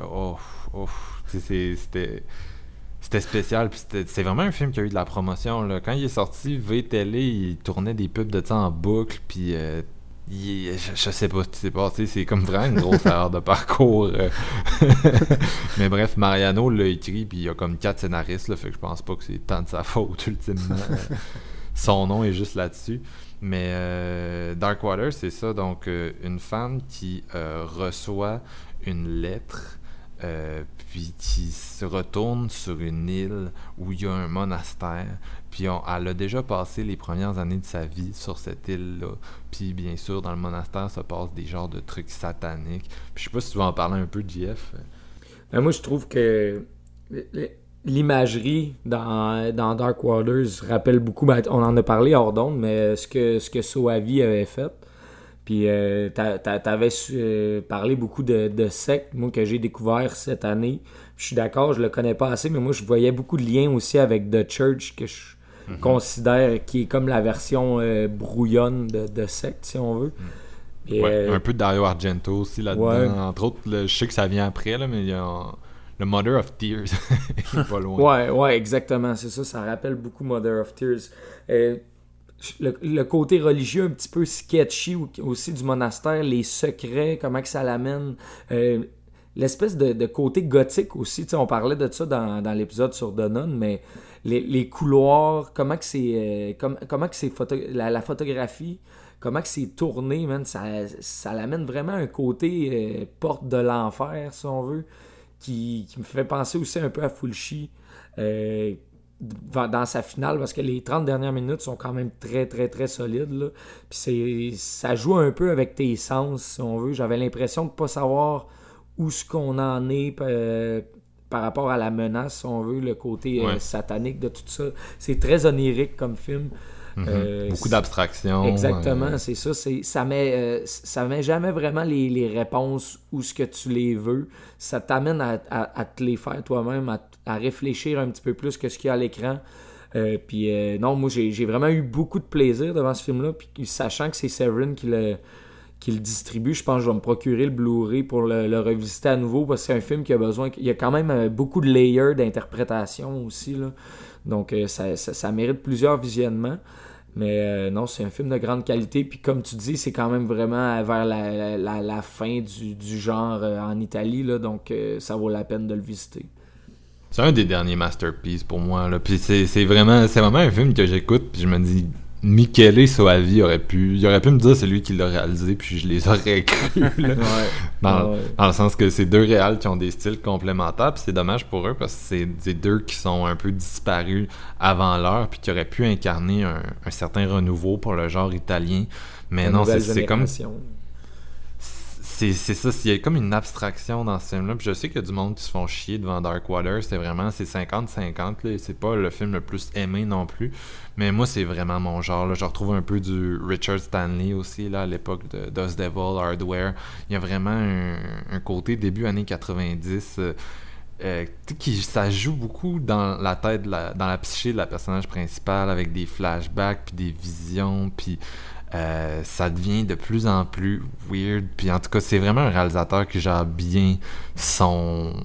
B: c'était spécial. Puis c'est vraiment un film qui a eu de la promotion. Là. Quand il est sorti, VTL, il tournait des pubs de ça en boucle. Puis je sais pas ce qui s'est passé. C'est comme vraiment une grosse erreur de parcours. Mais bref, Mariano l'a écrit. Puis il y a comme 4 scénaristes. Là, fait que je pense pas que c'est tant de sa faute, ultimement. Son nom est juste là-dessus. Mais Darkwater, c'est ça. Donc, une femme qui reçoit une lettre, puis qui se retourne sur une île où il y a un monastère. Puis elle a déjà passé les premières années de sa vie sur cette île-là. Puis bien sûr, dans le monastère, ça passe des genres de trucs sataniques. Puis je sais pas si tu vas en parler un peu, JF.
C: Ben moi, je trouve que l'imagerie dans Dark Waters rappelle beaucoup, ben, on en a parlé hors d'onde, mais ce que Soavi avait fait. Puis t'avais parlé beaucoup de sectes, moi, que j'ai découvert cette année. Je suis d'accord, je le connais pas assez, mais moi, je voyais beaucoup de liens aussi avec The Church, que je considère qui est comme la version brouillonne de secte, si on veut. Et,
B: ouais, un peu de Dario Argento aussi là-dedans.
C: Ouais.
B: Entre autres, je sais que ça vient après, là, mais il y a le Mother of Tears. Il est pas loin.
C: Ouais, exactement, c'est ça. Ça rappelle beaucoup Mother of Tears. Le côté religieux un petit peu sketchy aussi du monastère, les secrets, comment que ça l'amène. L'espèce de côté gothique aussi. On parlait de ça dans l'épisode sur The Nun, mais les couloirs, comment que c'est la photographie, comment que c'est tourné, man, ça l'amène vraiment un côté porte de l'enfer, si on veut, qui me fait penser aussi un peu à Fulci dans sa finale, parce que les 30 dernières minutes sont quand même très, très, très solides, là. Puis ça joue un peu avec tes sens, si on veut. J'avais l'impression de ne pas savoir où ce qu'on en est par rapport à la menace, si on veut, le côté satanique de tout ça. C'est très onirique comme film.
B: Beaucoup d'abstraction.
C: Exactement, c'est ça. Ça met jamais vraiment les réponses où ce que tu les veux. Ça t'amène à te les faire toi-même, à réfléchir un petit peu plus que ce qu'il y a à l'écran. Puis non, moi j'ai vraiment eu beaucoup de plaisir devant ce film-là. Puis sachant que c'est Severin qui le distribue, je pense que je vais me procurer le Blu-ray pour le revisiter à nouveau, parce que c'est un film qui a besoin... Il y a quand même beaucoup de layers d'interprétation aussi, là. Donc ça mérite plusieurs visionnements. Mais non, c'est un film de grande qualité. Puis comme tu dis, c'est quand même vraiment vers la fin du genre en Italie, là. Donc ça vaut la peine de le visiter.
B: C'est un des derniers masterpieces pour moi, là. Puis c'est vraiment un film que j'écoute, puis je me dis... Michele Soavi aurait pu me dire c'est lui qui l'a réalisé, puis je les aurais cru, là. Dans le sens que c'est deux réals qui ont des styles complémentaires, puis c'est dommage pour eux parce que c'est des deux qui sont un peu disparus avant l'heure, puis qui auraient pu incarner un certain renouveau pour le genre italien. Mais non, c'est comme... C'est ça, il y a comme une abstraction dans ce film-là. Puis je sais qu'il y a du monde qui se font chier devant Darkwater. C'est 50-50, là. C'est pas le film le plus aimé non plus. Mais moi, c'est vraiment mon genre, là. Je retrouve un peu du Richard Stanley aussi, là, à l'époque de Dust Devil, Hardware. Il y a vraiment un côté début années 90... ça joue beaucoup dans la tête, dans la psyché de la personnage principale, avec des flashbacks, puis des visions, puis... ça devient de plus en plus weird. Puis en tout cas, c'est vraiment un réalisateur qui gère bien sa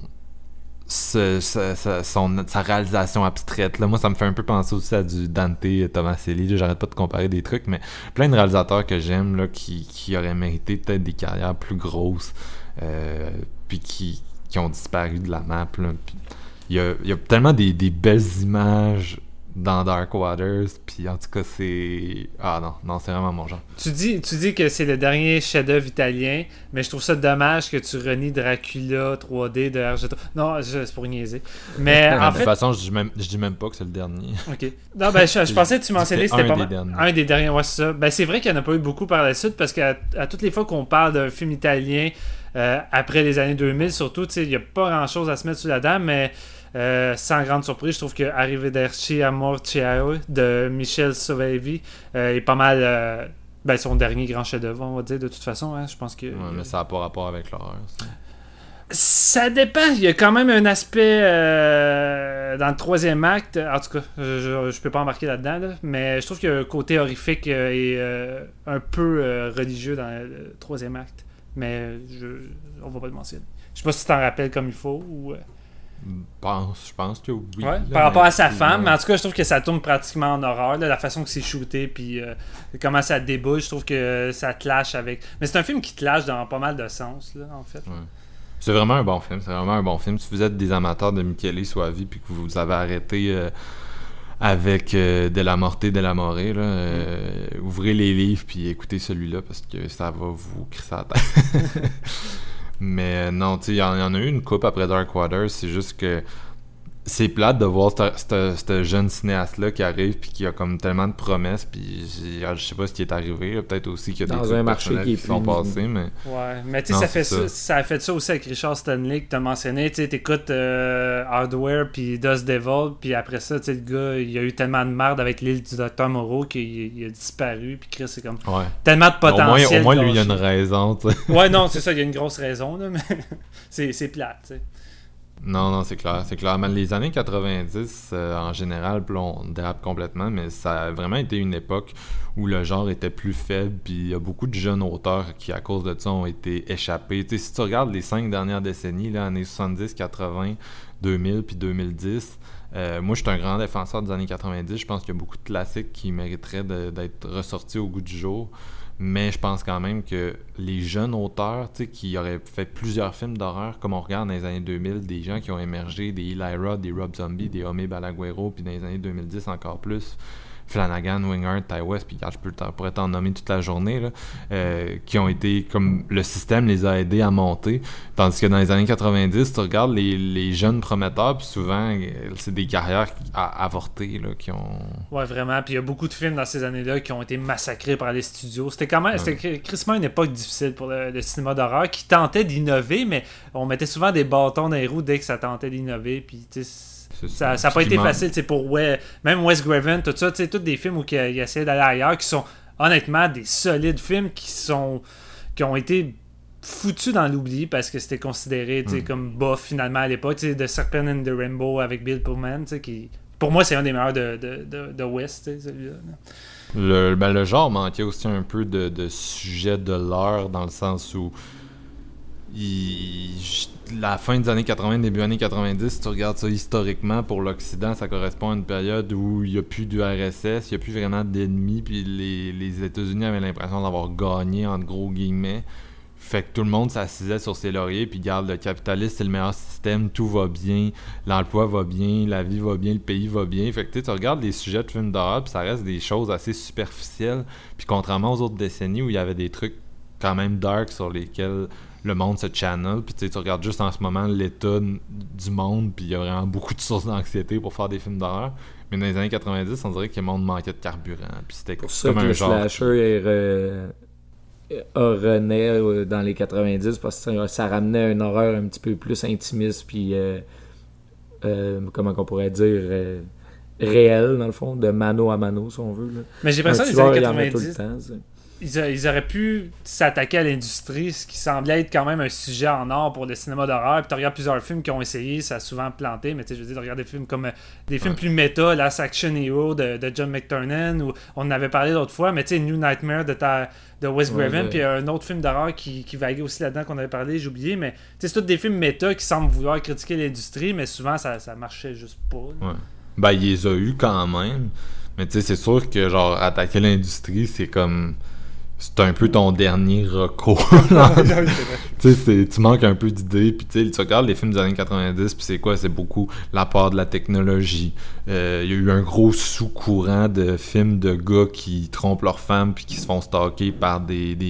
B: réalisation abstraite. Là, moi, ça me fait un peu penser aussi à du Dante Tomaselli. J'arrête pas de comparer des trucs, mais plein de réalisateurs que j'aime là, qui auraient mérité peut-être des carrières plus grosses, puis qui ont disparu de la map. Là. Puis, il y a tellement des belles images dans Dark Waters, puis en tout cas, c'est... Ah non, c'est vraiment mon genre.
A: Tu dis que c'est le dernier chef-d'œuvre italien, mais je trouve ça dommage que tu renies Dracula 3D de Argento. Non, c'est pour niaiser. Mais en
B: De toute façon, je dis même pas que c'est le dernier.
A: Ok. Non, ben, je pensais que tu mentionnais que c'était pas mal.
B: Derniers.
A: Un des derniers, ouais, c'est ça. Ben, c'est vrai qu'il n'y en a pas eu beaucoup par la suite, parce qu'à toutes les fois qu'on parle d'un film italien, après les années 2000, surtout, il n'y a pas grand-chose à se mettre sous la dent, mais sans grande surprise, je trouve que Arrivederci Amor Ciao de Michel Soavi est pas mal son dernier grand chef-d'œuvre, on va dire, de toute façon. Hein, je pense que.
B: Ouais, mais ça n'a pas rapport avec l'horreur, ça.
A: Ça dépend. Il y a quand même un aspect dans le troisième acte. En tout cas, je peux pas embarquer là-dedans, là, mais je trouve qu'il y a un côté horrifique et un peu religieux dans le troisième acte. Mais on va pas le mentionner. Je sais pas si tu t'en rappelles comme il faut ou.
B: Je pense que oui.
A: Ouais,
B: là,
A: par rapport à sa
B: ouais.
A: femme, mais en tout cas, je trouve que ça tourne pratiquement en horreur. Là, la façon que c'est shooté, puis comment ça débouche, je trouve que ça clash avec. Mais c'est un film qui clash dans pas mal de sens, là, en fait.
B: Ouais. C'est vraiment un bon film. Si vous êtes des amateurs de Michele Soavi puis que vous avez arrêté avec Della Morte Della More, ouvrez les livres puis écoutez celui-là parce que ça va vous crisser à la tête. Mais non, tu sais, il y en a eu une coupe après Dark Waters. C'est juste que c'est plate de voir ce jeune cinéaste-là qui arrive puis qui a comme tellement de promesses, puis je sais pas ce qui est arrivé, là, peut-être aussi qu'il y a
C: dans
B: des
C: un marché qui
B: sont passés, mais...
A: Ouais, mais tu sais, ça a fait ça aussi avec Richard Stanley que t'as mentionné, tu sais, t'écoutes Hardware puis Dust Devil, puis après ça, tu sais, le gars, il a eu tellement de merde avec l'île du Dr Moreau qu'il a disparu, puis Chris, c'est comme tellement de potentiel.
B: Au moins lui, il y a une raison, tu sais.
A: Ouais, non, c'est ça, il y a une grosse raison, là, mais c'est plate, tu sais.
B: Non, c'est clair. Mais les années 90, en général, on dérape complètement, mais ça a vraiment été une époque où le genre était plus faible, puis il y a beaucoup de jeunes auteurs qui, à cause de ça, ont été échappés. Tu sais, si tu regardes les 5 dernières décennies, là, années 70, 80, 2000, puis 2010, moi, je suis un grand défenseur des années 90. Je pense qu'il y a beaucoup de classiques qui mériteraient d'être ressortis au goût du jour. Mais je pense quand même que les jeunes auteurs, tu sais, qui auraient fait plusieurs films d'horreur, comme on regarde dans les années 2000, des gens qui ont émergé, des Eli Roth, des Rob Zombie, des Homé Balaguero, puis dans les années 2010 encore plus, Flanagan, Wingard, Ty West, puis je pourrais t'en nommer toute la journée, là, qui ont été, comme le système les a aidés à monter. Tandis que dans les années 90, tu regardes les jeunes prometteurs, puis souvent, c'est des carrières avortées, là, qui ont...
A: Ouais, vraiment. Puis il y a beaucoup de films dans ces années-là qui ont été massacrés par les studios. C'était quand même... C'était crissement une époque difficile pour le cinéma d'horreur qui tentait d'innover, mais on mettait souvent des bâtons dans les roues dès que ça tentait d'innover, puis tu sais... Ça n'a pas été facile pour même Wes Craven, tout ça, tous des films où il essaie d'aller ailleurs, qui sont honnêtement des solides films qui ont été foutus dans l'oubli parce que c'était considéré comme bof finalement à l'époque. The Serpent and the Rainbow avec Bill Pullman, qui pour moi c'est un des meilleurs de Wes, celui-là.
B: Le genre manquait aussi un peu de sujet de l'heure, dans le sens où la fin des années 80, début années 90, si tu regardes ça historiquement, pour l'Occident, ça correspond à une période où il n'y a plus d'URSS, il n'y a plus vraiment d'ennemis, puis les États-Unis avaient l'impression d'avoir gagné, entre gros guillemets. Fait que tout le monde s'assisait sur ses lauriers, puis regarde, le capitalisme, c'est le meilleur système, tout va bien, l'emploi va bien, la vie va bien, le pays va bien. Fait que tu regardes les sujets de films d'horreur, puis ça reste des choses assez superficielles. Puis contrairement aux autres décennies où il y avait des trucs quand même dark sur lesquels le monde se channel, puis tu regardes juste en ce moment l'état du monde, puis il y a vraiment beaucoup de sources d'anxiété pour faire des films d'horreur. Mais dans les années 90, on dirait que le monde manquait de carburant, puis c'était
C: pour
B: comme
C: ça
B: un
C: que
B: genre...
C: le slasher renaît dans les 90, parce que ça ramenait une horreur un petit peu plus intimiste, puis comment qu'on pourrait dire... réel, dans le fond, de mano à mano, si on veut. Là.
A: Mais j'ai l'impression que les années 90... Ils auraient pu s'attaquer à l'industrie, ce qui semblait être quand même un sujet en or pour le cinéma d'horreur. Puis tu regardes plusieurs films qui ont essayé, ça a souvent planté, mais tu sais, je veux dire, tu regardes des films comme des films plus méta, Last Action Hero de John McTiernan, où on en avait parlé l'autre fois, mais tu sais, New Nightmare de Wes Craven, puis un autre film d'horreur qui vaguait aussi là-dedans qu'on avait parlé, j'ai oublié, mais tu sais, c'est tous des films méta qui semblent vouloir critiquer l'industrie, mais souvent ça marchait juste pas.
B: Ouais. Ben, il les a eu quand même, mais tu sais, c'est sûr que genre attaquer l'industrie, c'est comme... c'est un peu ton dernier recours. Tu manques un peu d'idées, puis tu regardes les films des années 90, puis c'est quoi? C'est beaucoup l'apport de la technologie. Il y a eu un gros sous-courant de films de gars qui trompent leur femme, puis qui se font stalker par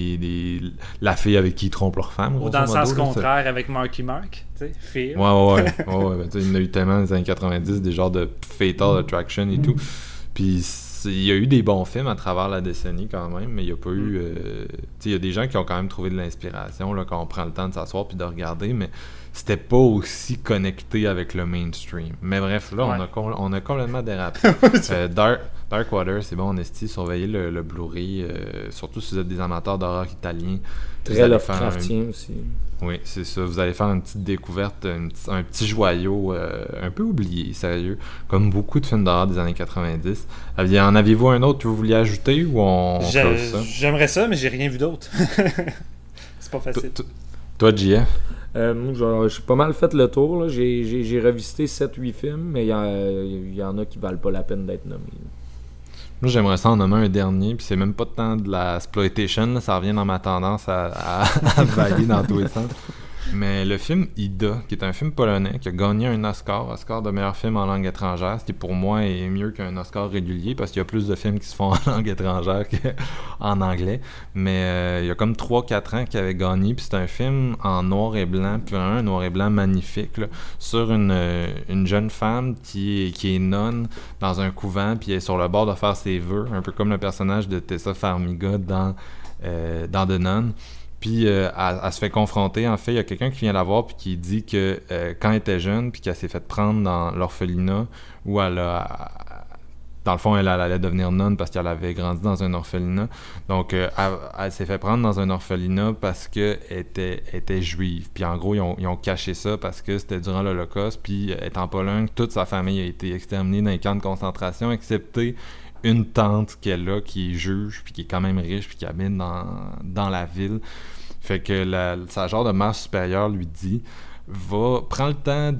B: la fille avec qui ils trompent leur femme.
A: Ou dans le sens contraire avec Marky Mark, tu sais, Fear.
B: Ouais. Il y en a eu tellement dans les années 90, des genres de Fatal Attraction et tout. Puis il y a eu des bons films à travers la décennie quand même, mais il n'y a pas eu... il y a des gens qui ont quand même trouvé de l'inspiration là, quand on prend le temps de s'asseoir puis de regarder, mais c'était pas aussi connecté avec le mainstream. Mais bref, là, on a complètement dérapé. Dark Water, c'est bon, on esti, surveillez le Blu-ray, surtout si vous êtes des amateurs d'horreur italien.
C: Très Lovecraftien aussi.
B: Oui, c'est ça. Vous allez faire une petite découverte, un petit joyau un peu oublié, sérieux, comme beaucoup de films d'horreur des années 90. En aviez-vous un autre que vous vouliez ajouter ou on close ça?
A: J'aimerais ça, mais j'ai rien vu d'autre. C'est pas facile.
B: Toi, JF?
C: Moi, j'ai pas mal fait le tour. Là. J'ai revisité 7-8 films, mais il y en a qui valent pas la peine d'être nommés.
B: Moi, j'aimerais ça en nommer un dernier, puis c'est même pas tant de la exploitation, ça revient dans ma tendance à vaguer dans tous les sens. Mais le film Ida, qui est un film polonais, qui a gagné un Oscar de meilleur film en langue étrangère, ce qui pour moi est mieux qu'un Oscar régulier, parce qu'il y a plus de films qui se font en langue étrangère qu'en anglais. Mais il y a comme 3-4 ans qu'il avait gagné, puis c'est un film en noir et blanc, puis vraiment un noir et blanc magnifique, là, sur une jeune femme qui est nonne dans un couvent, puis elle est sur le bord de faire ses vœux, un peu comme le personnage de Tessa Farmiga dans The Nun. Puis elle se fait confronter. En fait, il y a quelqu'un qui vient la voir puis qui dit que quand elle était jeune puis qu'elle s'est fait prendre dans l'orphelinat où dans le fond, elle allait devenir nonne parce qu'elle avait grandi dans un orphelinat. Donc, elle s'est fait prendre dans un orphelinat parce qu'elle était juive. Puis en gros, ils ont caché ça parce que c'était durant l'Holocauste. Puis, étant en Pologne, toute sa famille a été exterminée dans les camps de concentration, excepté une tante qu'elle a qui est juge, puis qui est quand même riche, puis qui habite dans la ville. Fait que sa genre de mère supérieure lui dit prends le temps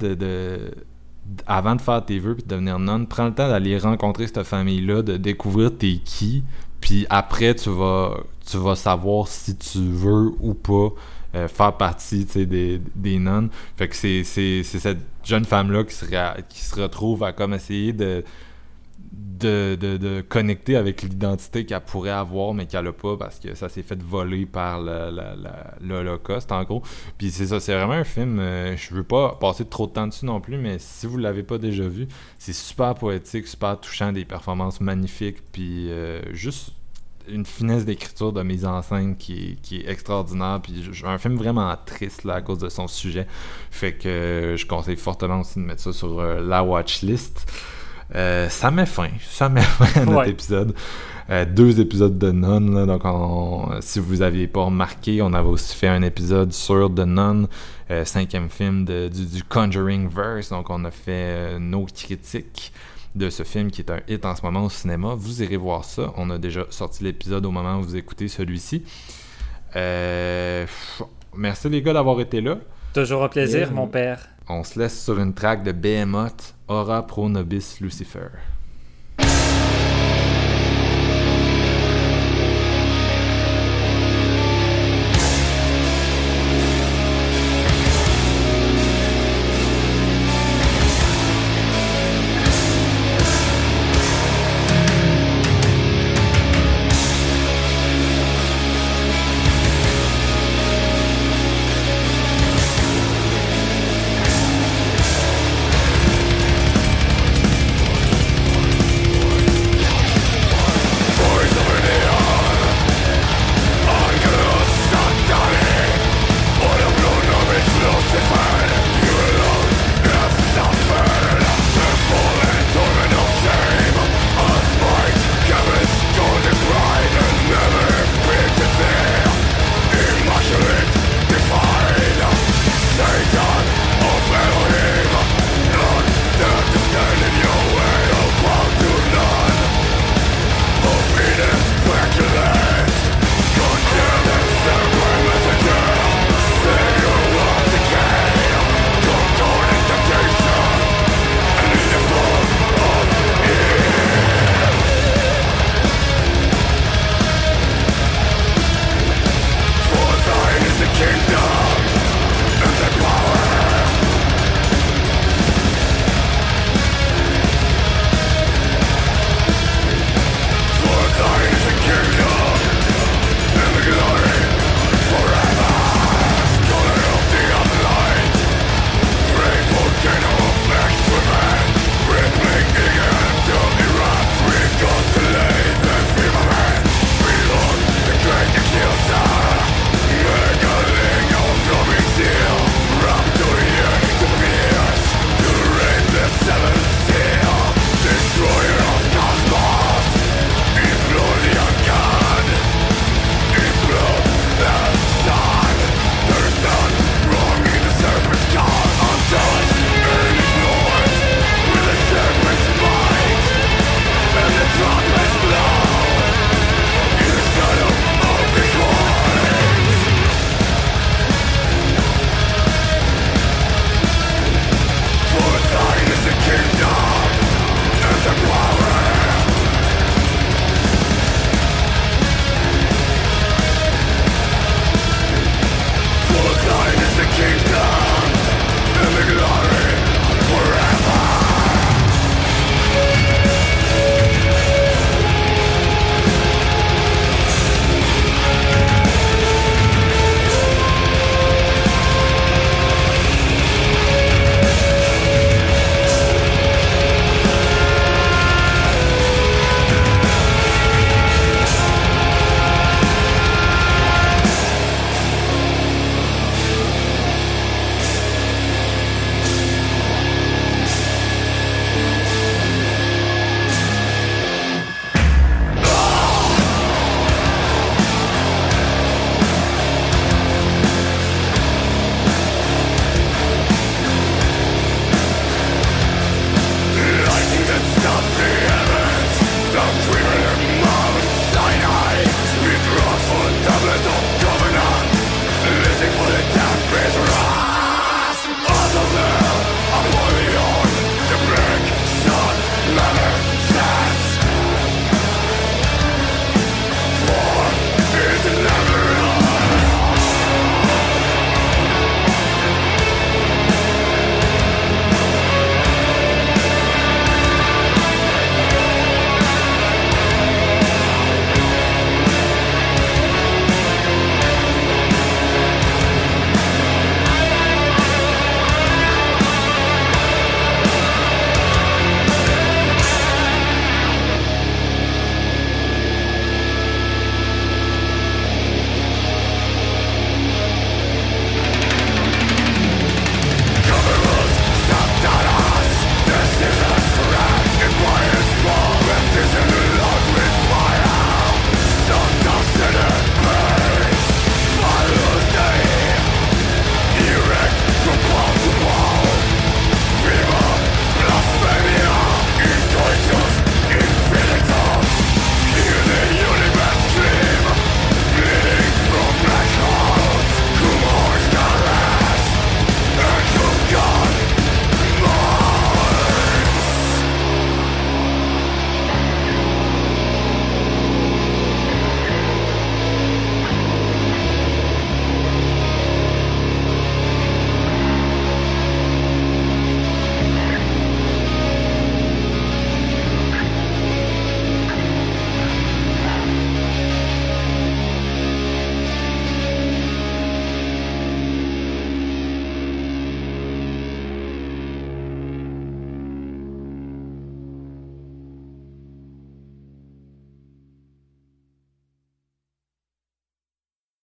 B: avant de faire tes vœux puis de devenir nonne, prends le temps d'aller rencontrer cette famille-là, de découvrir t'es qui, puis après tu vas savoir si tu veux ou pas faire partie des nonnes. Fait que c'est cette jeune femme-là qui se retrouve à comme essayer de connecter avec l'identité qu'elle pourrait avoir mais qu'elle a pas parce que ça s'est fait voler par l'Holocauste en gros. Puis c'est ça, c'est vraiment un film, je veux pas passer trop de temps dessus non plus, mais si vous l'avez pas déjà vu, c'est super poétique, super touchant, des performances magnifiques, puis juste une finesse d'écriture, de mise en scène qui est extraordinaire, puis un film vraiment triste là, à cause de son sujet, fait que je conseille fortement aussi de mettre ça sur la watchlist. Ça met fin à notre épisode. 2 épisodes de Nun, là, donc si vous n'aviez pas remarqué, on avait aussi fait un épisode sur The Nun, 5e film du Conjuring Verse, donc on a fait nos critiques de ce film qui est un hit en ce moment au cinéma. Vous irez voir ça, on a déjà sorti l'épisode au moment où vous écoutez celui-ci. Merci les gars d'avoir été là.
A: Toujours un plaisir, mon père.
B: On se laisse sur une track de Behemoth, Ora Pro Nobis Lucifer.